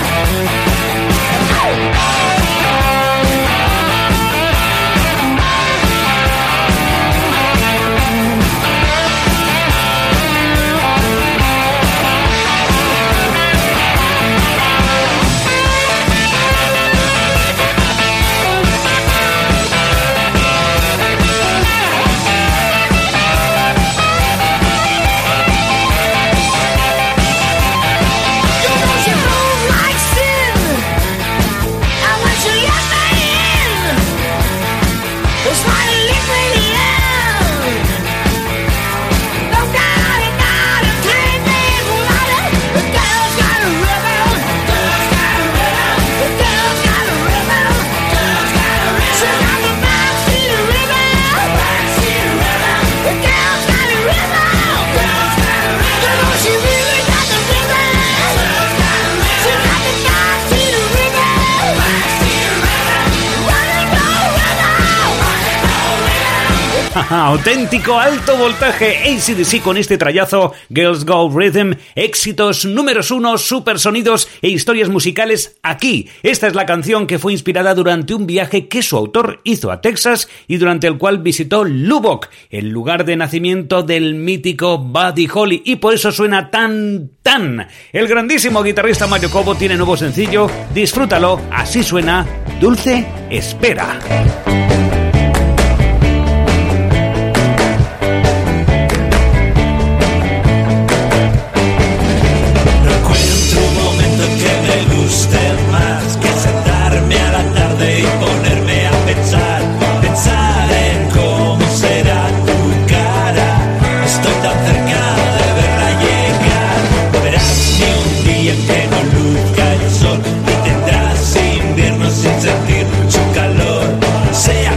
You know she moves like sin. And when she lets me in, it's like a liquid love. No doubt about it. Time ain't gonna let it. The girl's got a rhythm. Girl's got a rhythm. The girl's got a rhythm. Girl's got a rhythm. She's got the backseat rhythm. Backseat rhythm. The girl's got a rhythm. Girl's got a rhythm. You know she really got the rhythm. Girl's got a rhythm. She got the backseat rhythm. Backseat rhythm. Running no rhythm. Running no rhythm. Auténtico alto voltaje AC/DC con este trayazo Girls Go Rhythm, éxitos números 1, supersonidos e historias musicales aquí. Esta es la canción que fue inspirada durante un viaje que su autor hizo a Texas y durante el cual visitó Lubbock, el lugar de nacimiento del mítico Buddy Holly, y por eso suena tan. El grandísimo guitarrista Mario Cobo tiene nuevo sencillo, disfrútalo, así suena Dulce Espera. No encuentro un momento que me guste más que sentarme a la tarde y ponerme a pensar en cómo será tu cara. Estoy tan cerca de verla llegar. No verás ni un día en que no luzca el sol y tendrás invierno sin sentir su calor. Sea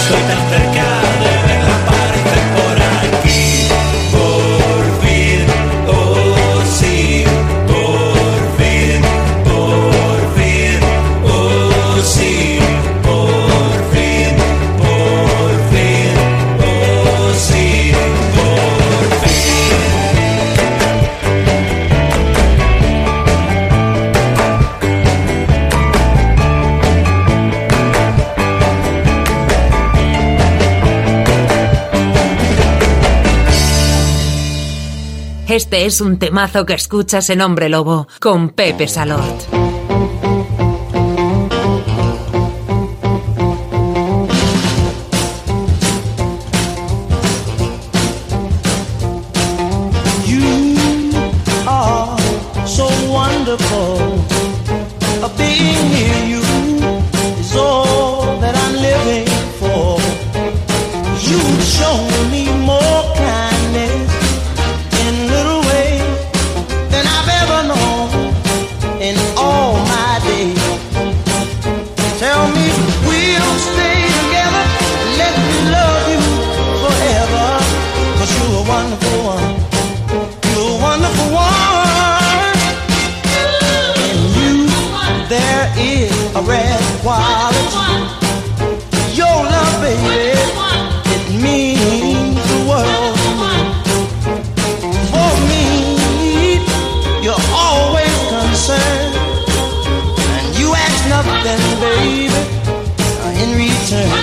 estoy tan cerca de verla aparecer por aquí. Por fin, oh sí, por fin, oh sí, por fin, oh sí, por fin. Este es un temazo que escuchas en Hombre Lobo con Pepe Salort. You are so wonderful. Being near you is all that I'm living for. You've shown me more kindness in little ways than I've ever known in all my days. Tell me we'll stay together, let me love you forever, 'cause you're a wonderful one. You're a wonderful one. In you there is a rare quality. Your love, baby, it means the world to me. For me, you're always concerned, and you ask nothing, baby, in return.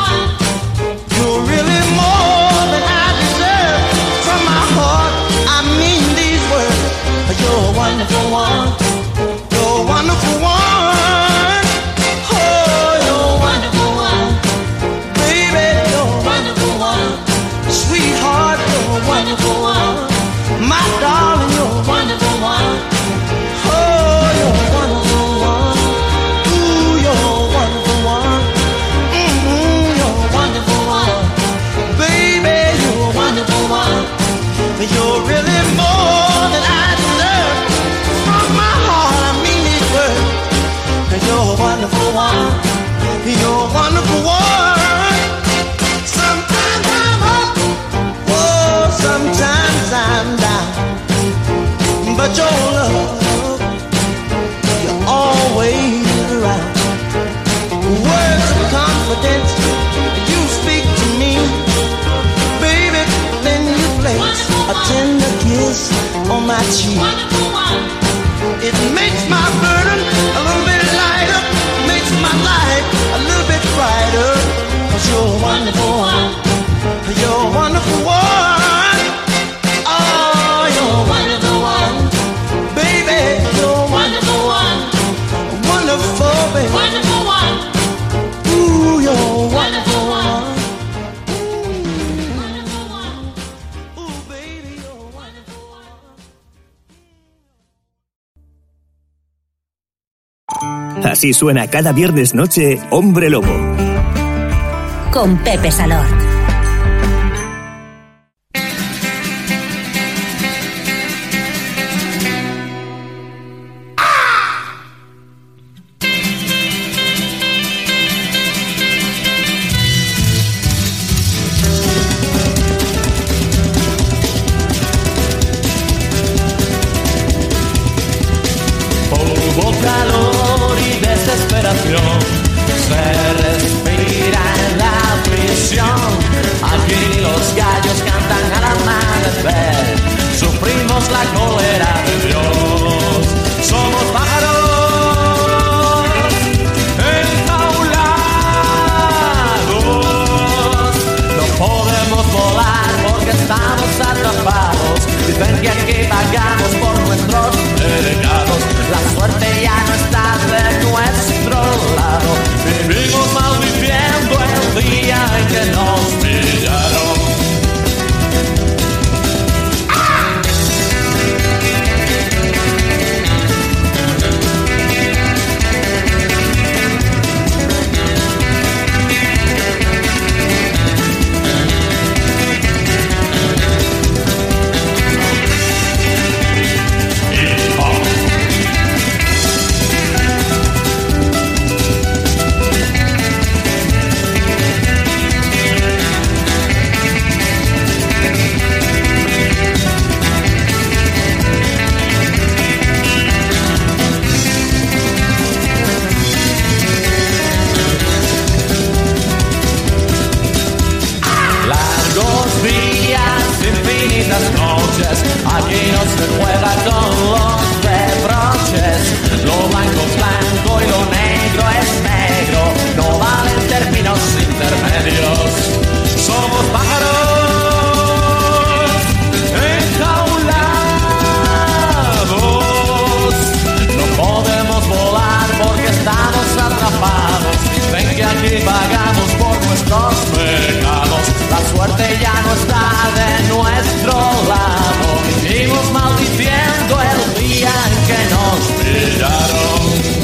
You're really more than I deserve. From my heart, I mean these words. You're a wonderful one. You're a wonderful one. Oh, you're a wonderful one. Baby, you're a wonderful one. Sweetheart, you're a wonderful one. My darling, you're a wonderful one. Oh, you're a wonderful one. Ooh, you're a wonderful one. You're a wonderful one. Baby, you're a wonderful one. You're really more than I deserve. From my heart, I mean these words. You're a wonderful one. You're a wonderful one. Sometimes I'm up, oh, sometimes I'm down. But your love, you're always around. Words of confidence, you speak to me, baby. Then you place a tender kiss on my cheek. It makes my burden a little bit lighter, makes my life a little bit brighter. 'Cause you're a wonderful one. You're a wonderful one. Oh, you're a wonderful one. Baby, you're a wonderful one. Wonderful, baby. Wonderful one. Ooh, you're a wonderful one. Así suena cada viernes noche Hombre Lobo. Con Pepe Salort. Hubo calor y desesperación, se respira en la prisión. Aquí los gallos cantan al amanecer, sufrimos la cólera de Dios. Somos pájaros enjaulados, no podemos volar porque estamos atrapados. Dicen que aquí pagamos por nuestros pecados. La suerte ya no está de nuestro lado. Vivimos malviviendo el día en que nos pillaron. Aquí no se juega con los reproches. Lo blanco es blanco y lo negro es negro. No valen términos intermedios. Somos pájaros enjaulados. No podemos volar porque estamos atrapados. Ven que aquí pagamos por nuestros pecados. La suerte ya no está de nuestro lado. Vivimos maldiciendo el día en que nos pillaron.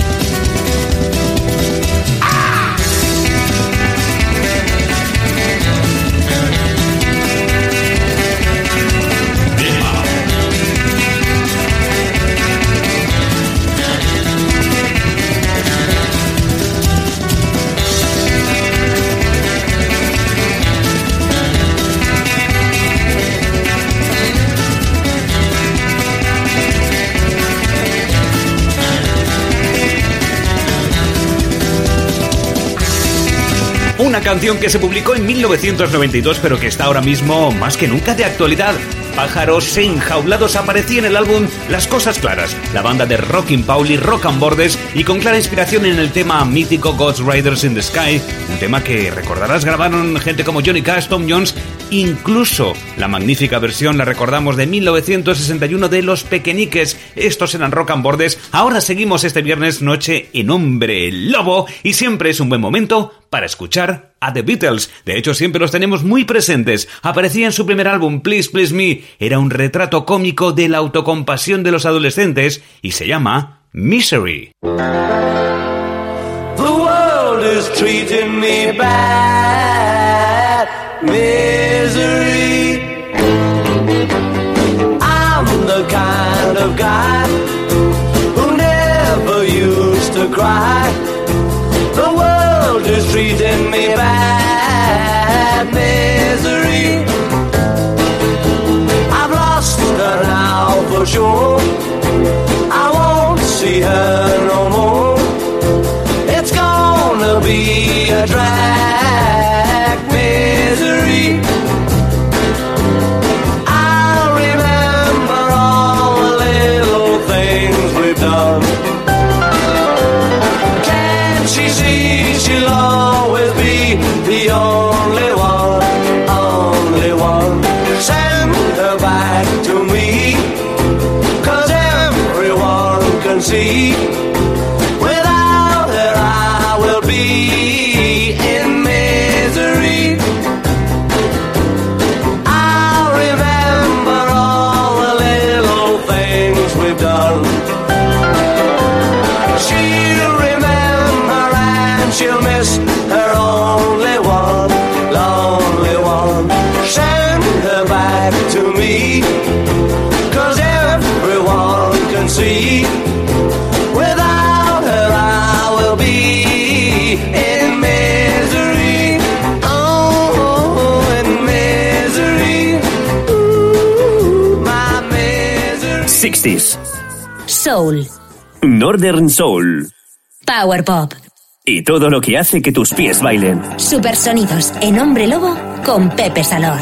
Una canción que se publicó en 1992 pero que está ahora mismo más que nunca de actualidad. Pájaros enjaulados aparecía en el álbum Las Cosas Claras, la banda de Rockin' Paul y Rock and Bordes, y con clara inspiración en el tema mítico Ghost Riders in the Sky, un tema que recordarás grabaron gente como Johnny Cash, Tom Jones, incluso la magnífica versión la recordamos de 1961 de Los Pequeñiques. Estos eran Rock and Bordes. Ahora seguimos este viernes noche en Hombre Lobo y siempre es un buen momento para escuchar a The Beatles. De hecho, siempre los tenemos muy presentes. Aparecía en su primer álbum, Please Please Me. Era un retrato cómico de la autocompasión de los adolescentes y se llama Misery. The world is treating me bad. Misery. I'm the kind of guy who never used to cry. The world is treating me bad. Misery. I've lost her now for sure. I won't see her no more. It's gonna be a drag. Misery. I'll remember all the little things we've done. Can't she see she'll always be the only one, only one. Send her back to me, 'cause everyone can see without her I will be in misery. I'll remember all the little things we've done. She'll remember and she'll miss her only one, lonely one. Send her back to me, 'cause everyone can see without her I will be in misery. Oh, in misery. Ooh, my misery. 60s, Soul, Northern Soul Power Pop, y todo lo que hace que tus pies bailen. Supersonidos en Hombre Lobo con Pepe Salor.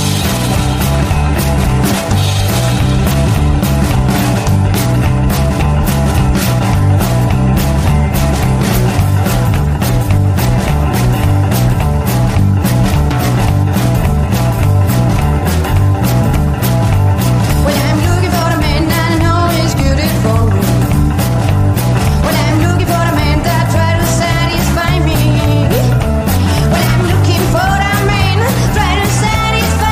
When I'm looking for a man that I know is beautiful. When I'm looking for a man that try to satisfy me. When I'm looking for a man try to satisfy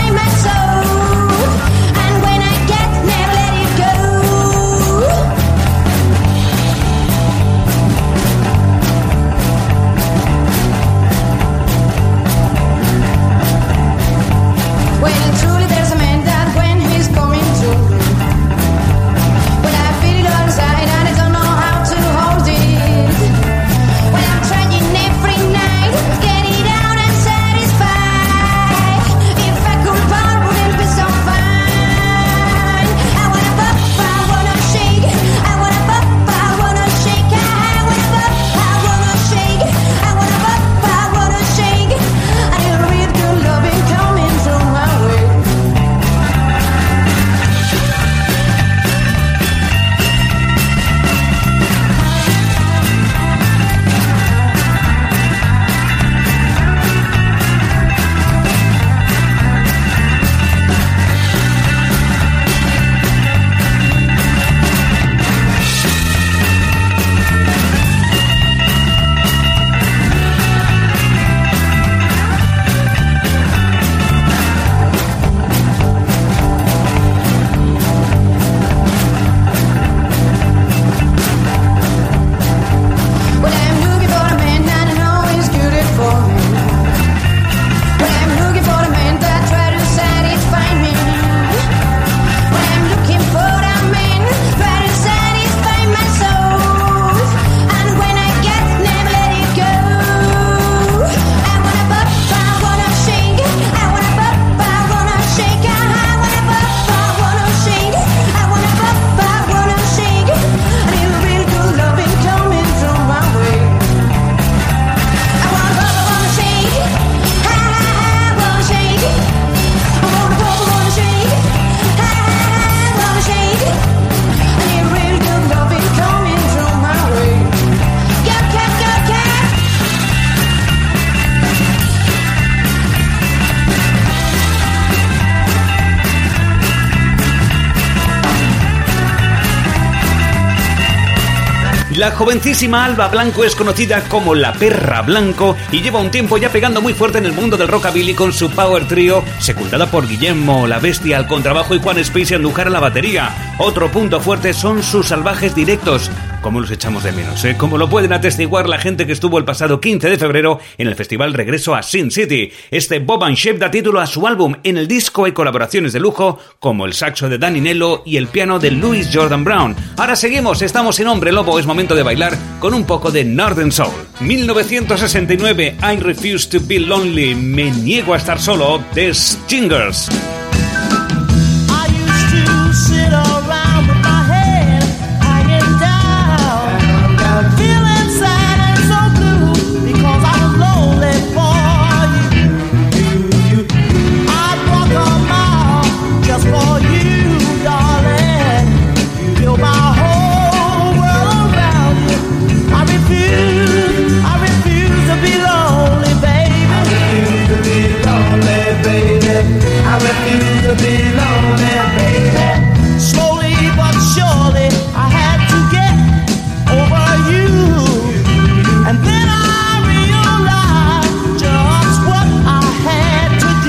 La jovencísima Alba Blanco es conocida como la Perra Blanco y lleva un tiempo ya pegando muy fuerte en el mundo del rockabilly con su power trio, secundada por Guillermo La Bestia al contrabajo y Juan Spacey Andújar a la batería. Otro punto fuerte son sus salvajes directos. Cómo los echamos de menos, ¿eh? Como lo pueden atestiguar la gente que estuvo el pasado 15 de febrero en el festival Regreso a Sin City. Este Bob and Shape da título a su álbum. En el disco hay colaboraciones de lujo como el saxo de Danny Nello y el piano de Louis Jordan Brown. Ahora seguimos, estamos en Hombre Lobo, es momento de bailar con un poco de Northern Soul. 1969, I Refuse to Be Lonely, Me Niego a Estar Solo, de Stingers. I used to sit around with my head hanging down, feeling sad and so blue because I was lonely for you. I'd walk a mile just for you, darling. You built my whole world around you. I refuse to be lonely, baby. I refuse to be lonely, baby. I refuse to be lonely, baby. Slowly but surely, I had to get over you. And then I realized just what I had to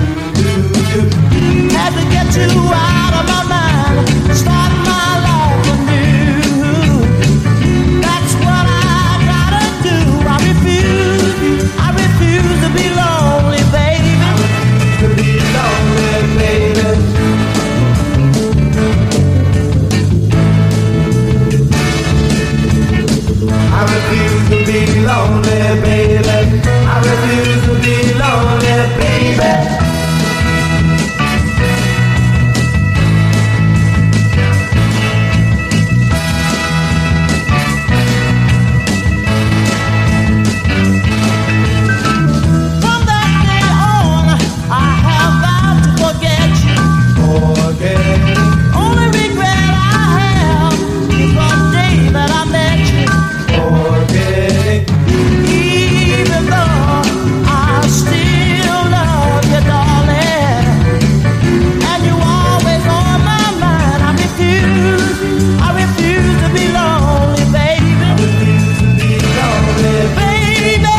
do. Had to get you out of my mind, start my life anew. That's what I gotta do. I refuse to be lonely, baby. To be lonely, baby. I refuse to be lonely, baby. I refuse to be lonely, baby. From that day on, I have vowed to forget you. Only regret I have is the day that I met you. Even though I still love you, darling, and you always on my mind. I refuse to be lonely, baby. Baby.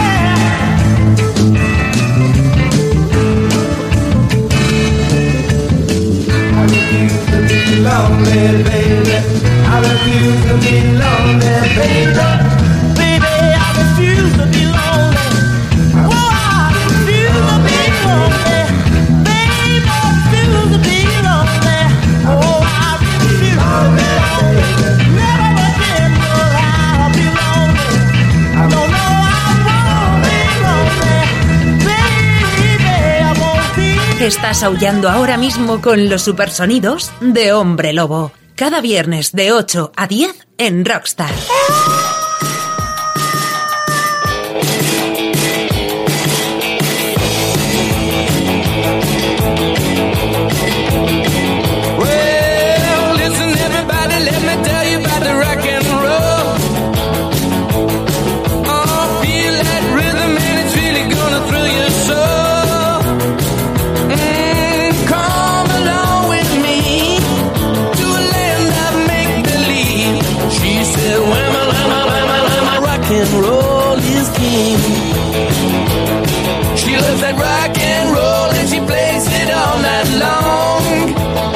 I refuse to be lonely, baby. I refuse to be lonely, baby. Baby, I refuse to be lonely. Oh, I refuse to be lonely. Baby, I refuse to be lonely. Oh, I refuse to be lonely. Never again will I be lonely. No, no, I won't be lonely. Baby, I won't be. Estás aullando ahora mismo con los supersonidos de Hombre Lobo. Cada viernes de 8 a 10 en Rockstar. Well, listen everybody, let me tell you about the rock and roll. Oh, feel that rhythm and it's really gonna thrill your soul. Come along with me to a land of make-believe. She said, rock and roll is king. She loves that rock and roll and she plays it all night long.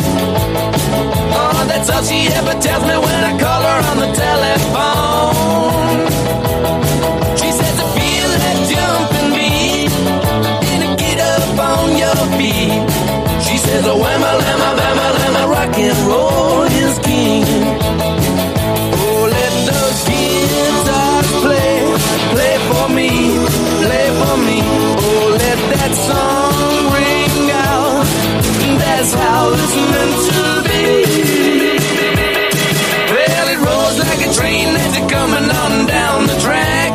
Oh, that's all she ever tells me when I call her on the telephone. She says, I feel that jumping beat and get up on your feet. She says, oh, whamma, rock and roll is king. Oh, let those guitars play for me, play for me. Oh, let that song ring out. That's how it's meant to be. Well, it rolls like a train as it's coming on down the track.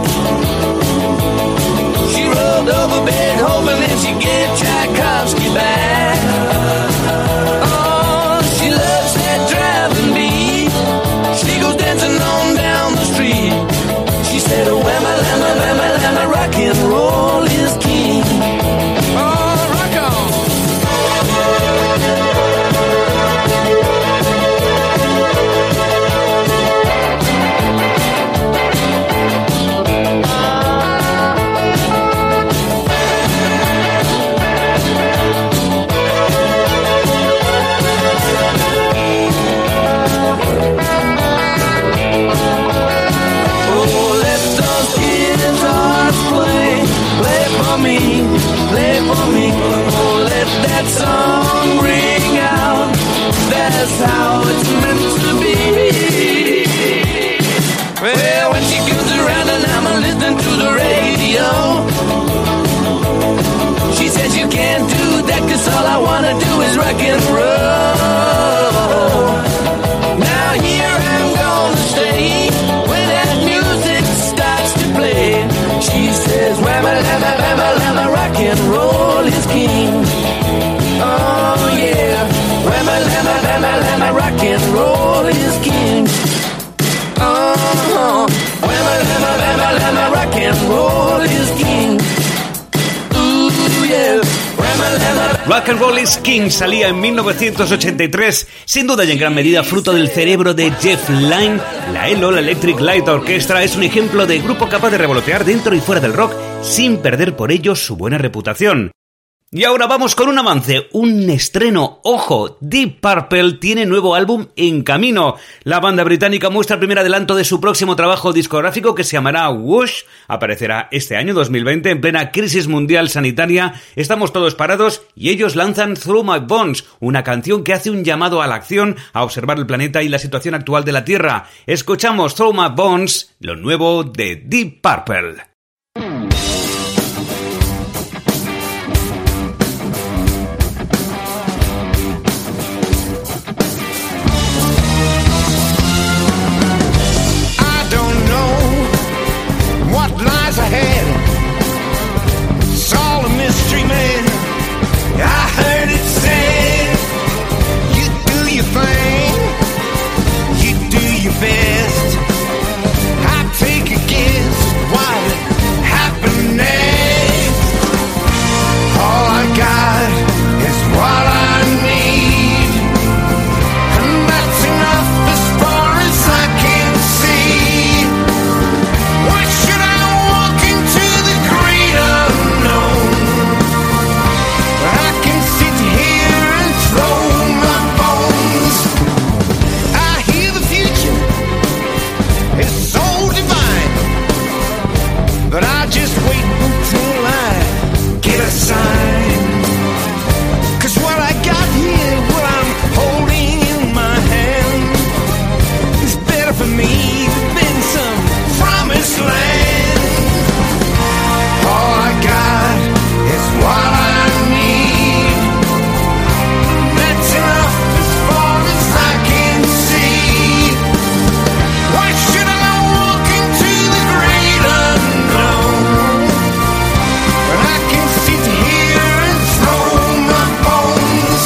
She rolled over Beethoven and she gave Tchaikovsky back. Oh, she loves that that song ring out. That's how it's meant to be. Well, when she comes around and I'm listening to the radio, she says you can't do that 'cause all I wanna do is rock and roll. Now here I'm gonna stay when that music starts to play. She says, whamma, lamma, bamma, lamma, rock and roll is king. Oh yeah, whamma, lamma, bamma, lamma, rock and roll is king. Oh, whamma, lamma, bamma, lamma, rock and roll is king. Ooh yeah. Rock and Roll is King salía en 1983, sin duda y en gran medida fruto del cerebro de Jeff Lynne. La ELO, la Electric Light Orchestra, es un ejemplo de grupo capaz de revolotear dentro y fuera del rock sin perder por ello su buena reputación. Y ahora vamos con un avance, un estreno. ¡Ojo! Deep Purple tiene nuevo álbum en camino. La banda británica muestra el primer adelanto de su próximo trabajo discográfico que se llamará Whoosh. Aparecerá este año 2020 en plena crisis mundial sanitaria. Estamos todos parados y ellos lanzan Through My Bones, una canción que hace un llamado a la acción, a observar el planeta y la situación actual de la Tierra. Escuchamos Through My Bones, lo nuevo de Deep Purple. Ahead. It's all a mystery, man. I heard it said, you do your thing, you do your best. I take a guess what happened next. All I got is what I need, and that's enough as far as I can see. Why should I but I just wait until I get a sign. 'Cause what I got here, what I'm holding in my hand, is better for me than some promised land. All I got is what I need. That's enough as far as I can see. Why should I walk into the great unknown when I can sit here and throw my bones?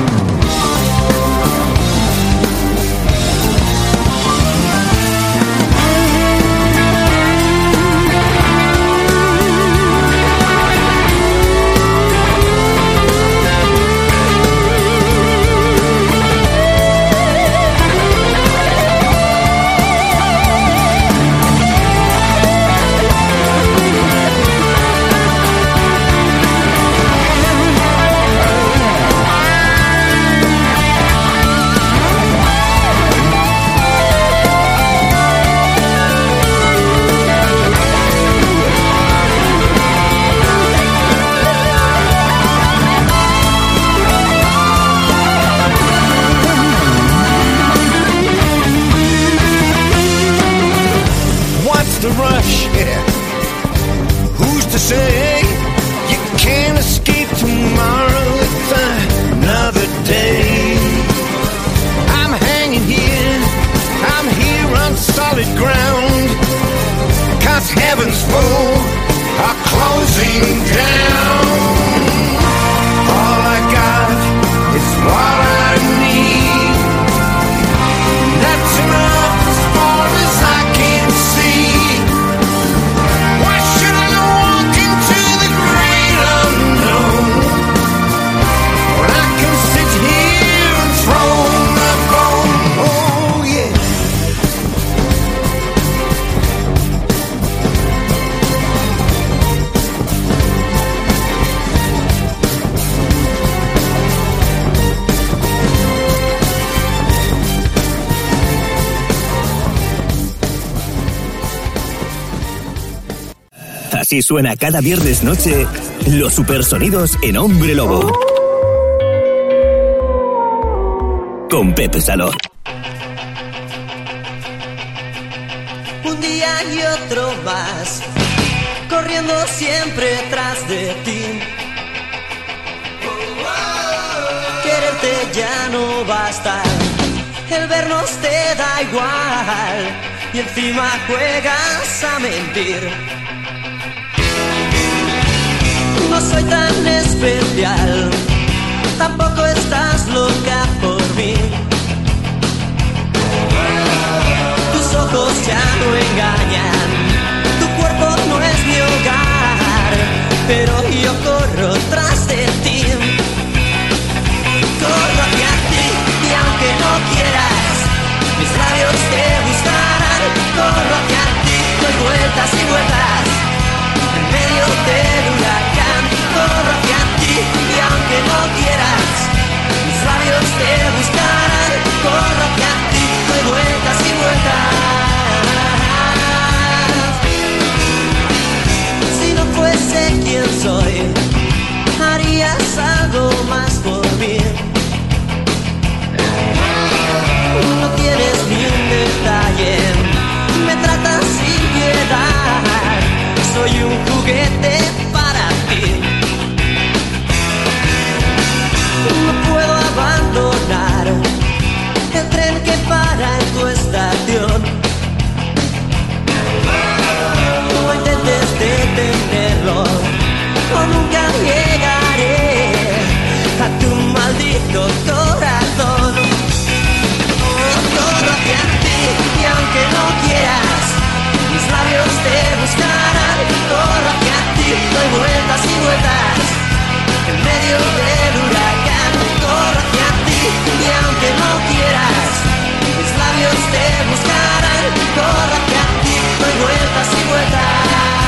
The rush, yeah. Who's to say you can't escape tomorrow? It's another day. I'm hanging here, I'm here on solid ground. 'Cause heaven's full are closing down. All I got is what I need. That's enough as far as I can see. Why should I walk into the great unknown when I can sit here and throw my bone? Oh yeah. Así suena cada viernes noche los supersonidos en Hombre Lobo. con Pepe Salón. Un día y otro más, corriendo siempre tras de ti. Quererte ya no basta, el vernos te da igual y encima juegas a mentir. No soy tan especial, tampoco estás loca por mí. Tus ojos ya no engañan, tu cuerpo no es mi hogar, pero yo corro tras de ti. Corro hacia ti y aunque no quieras, mis labios te buscarán. Corro hacia ti, doy vueltas y vueltas en medio del huracán. Corro hacia ti y aunque no quieras, mis labios te buscarán. Corro hacia ti, doy vueltas y vueltas. Si no fuese quien soy, harías algo más por mí. No tienes ni un detalle, me tratas sin piedad, soy un juguete para ti. No puedo abandonar el tren que para en tu estación. No intentes detenerlo, o nunca llegaré a tu maldito corazón. Corro hacia ti y aunque no quieras, mis labios te buscarán. Corro hacia ti, doy vueltas y vueltas en medio del huracán. Corro hacia ti y aunque no quieras, mis labios te buscarán. Corro hacia ti, doy vueltas y vueltas.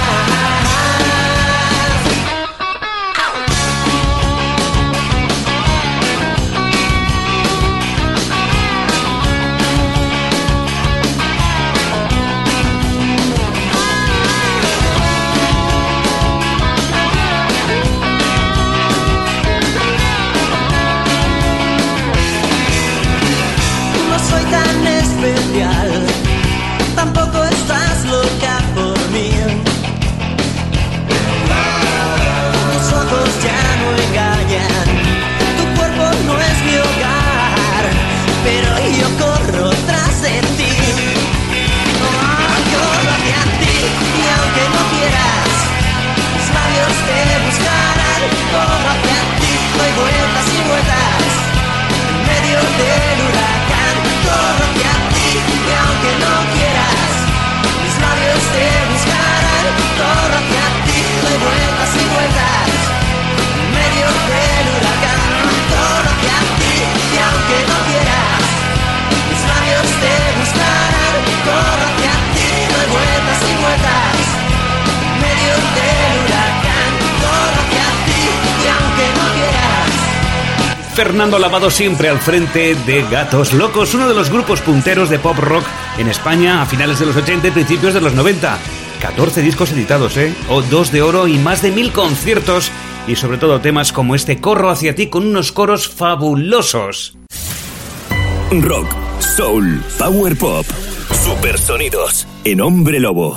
Tampoco estás loca por mí. Tus ojos ya no engañan, tu cuerpo no es mi hogar, pero yo corro tras de ti. Corro hacia ti y aunque no quieras, mis labios te buscarán. Corro hacia ti, doy vueltas y vueltas en medio del huracán. Corro hacia ti y aunque no quieras, mis labios te buscarán. Corro hacia ti, doy vueltas y vueltas en medio del huracán. Corro hacia ti y aunque no quieras, mis labios te buscarán. Corro hacia ti, doy vueltas y vueltas en medio del huracán. Corro hacia ti y aunque no quieras. Fernando Lavado siempre al frente de Gatos Locos, uno de los grupos punteros de pop rock en España a finales de los 80 y principios de los 90. 14 discos editados, o 2 de oro y más de 1000 conciertos y sobre todo temas como este Corro hacia ti con unos coros fabulosos. Rock, soul, power pop, supersonidos en Hombre Lobo.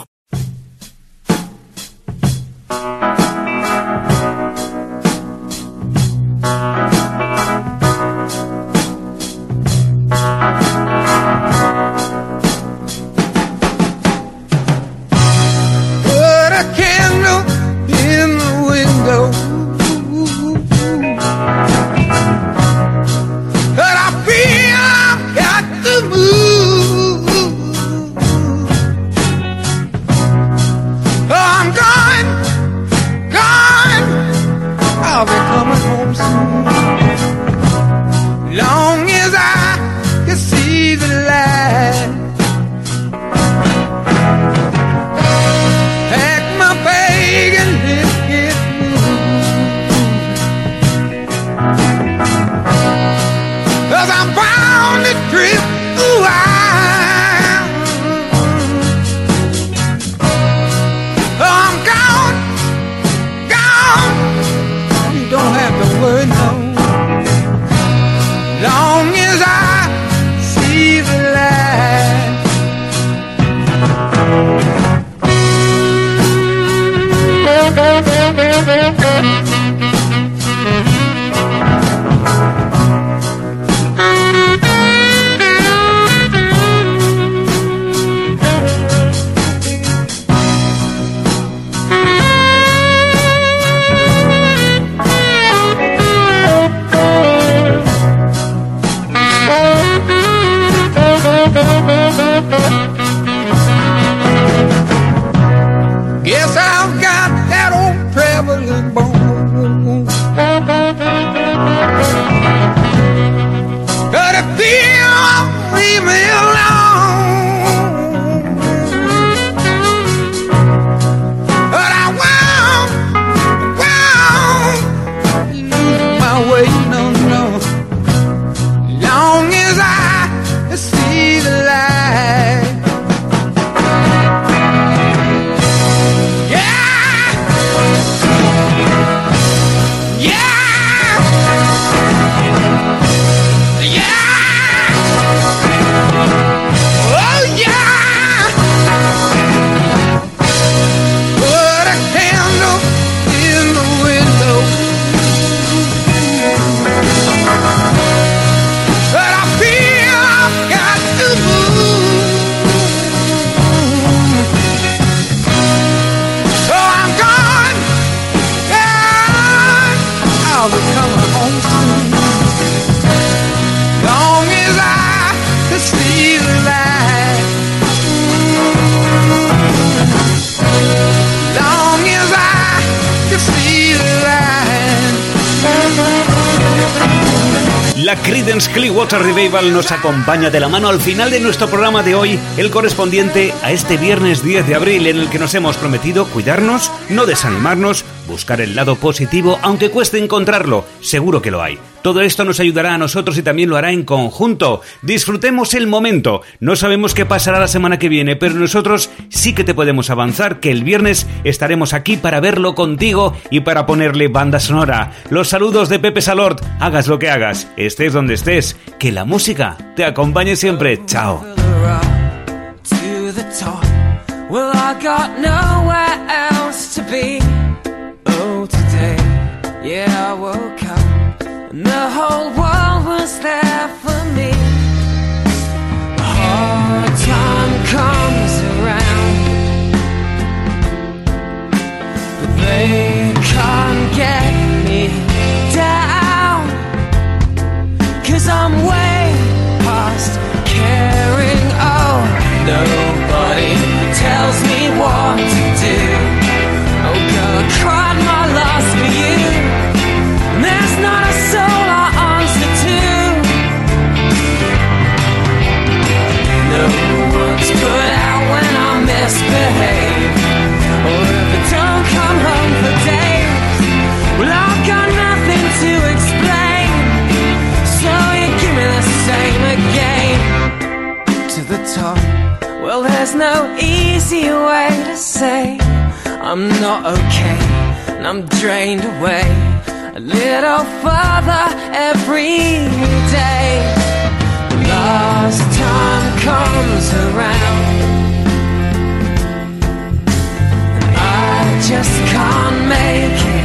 Put a candle in the window, and I feel I've got to move. I'll be coming home soon. Long as I can feel alive, long as I can feel alive. La Creedence Clearwater Revival nos acompaña de la mano al final de nuestro programa de hoy, el correspondiente a este viernes 10 de abril, en el que nos hemos prometido cuidarnos, no desanimarnos, buscar el lado positivo, aunque cueste encontrarlo, seguro que lo hay. Todo esto nos ayudará a nosotros y también lo hará en conjunto. Disfrutemos el momento. No sabemos qué pasará la semana que viene, pero nosotros sí que te podemos avanzar que el viernes estaremos aquí para verlo contigo y para ponerle banda sonora. Los saludos de Pepe Salort. Hagas lo que hagas, estés donde estés, que la música te acompañe siempre. Chao. To the top. Well, I got nowhere else to be. Oh, today, yeah, I woke up and the whole world was there for me. A hard time comes around, but they can't get me down, 'cause I'm way past caring. Oh, nobody tells me what to do. Oh girl, I cried my last for you. There's not a soul I answer to. No one's put out when I misbehave, or if I don't come home for days. Well, I've got nothing to explain, so you give me the same again. To the top. Well, there's no easy way to say I'm not okay, and I'm drained away a little further every day. The last time comes around, and I just can't make it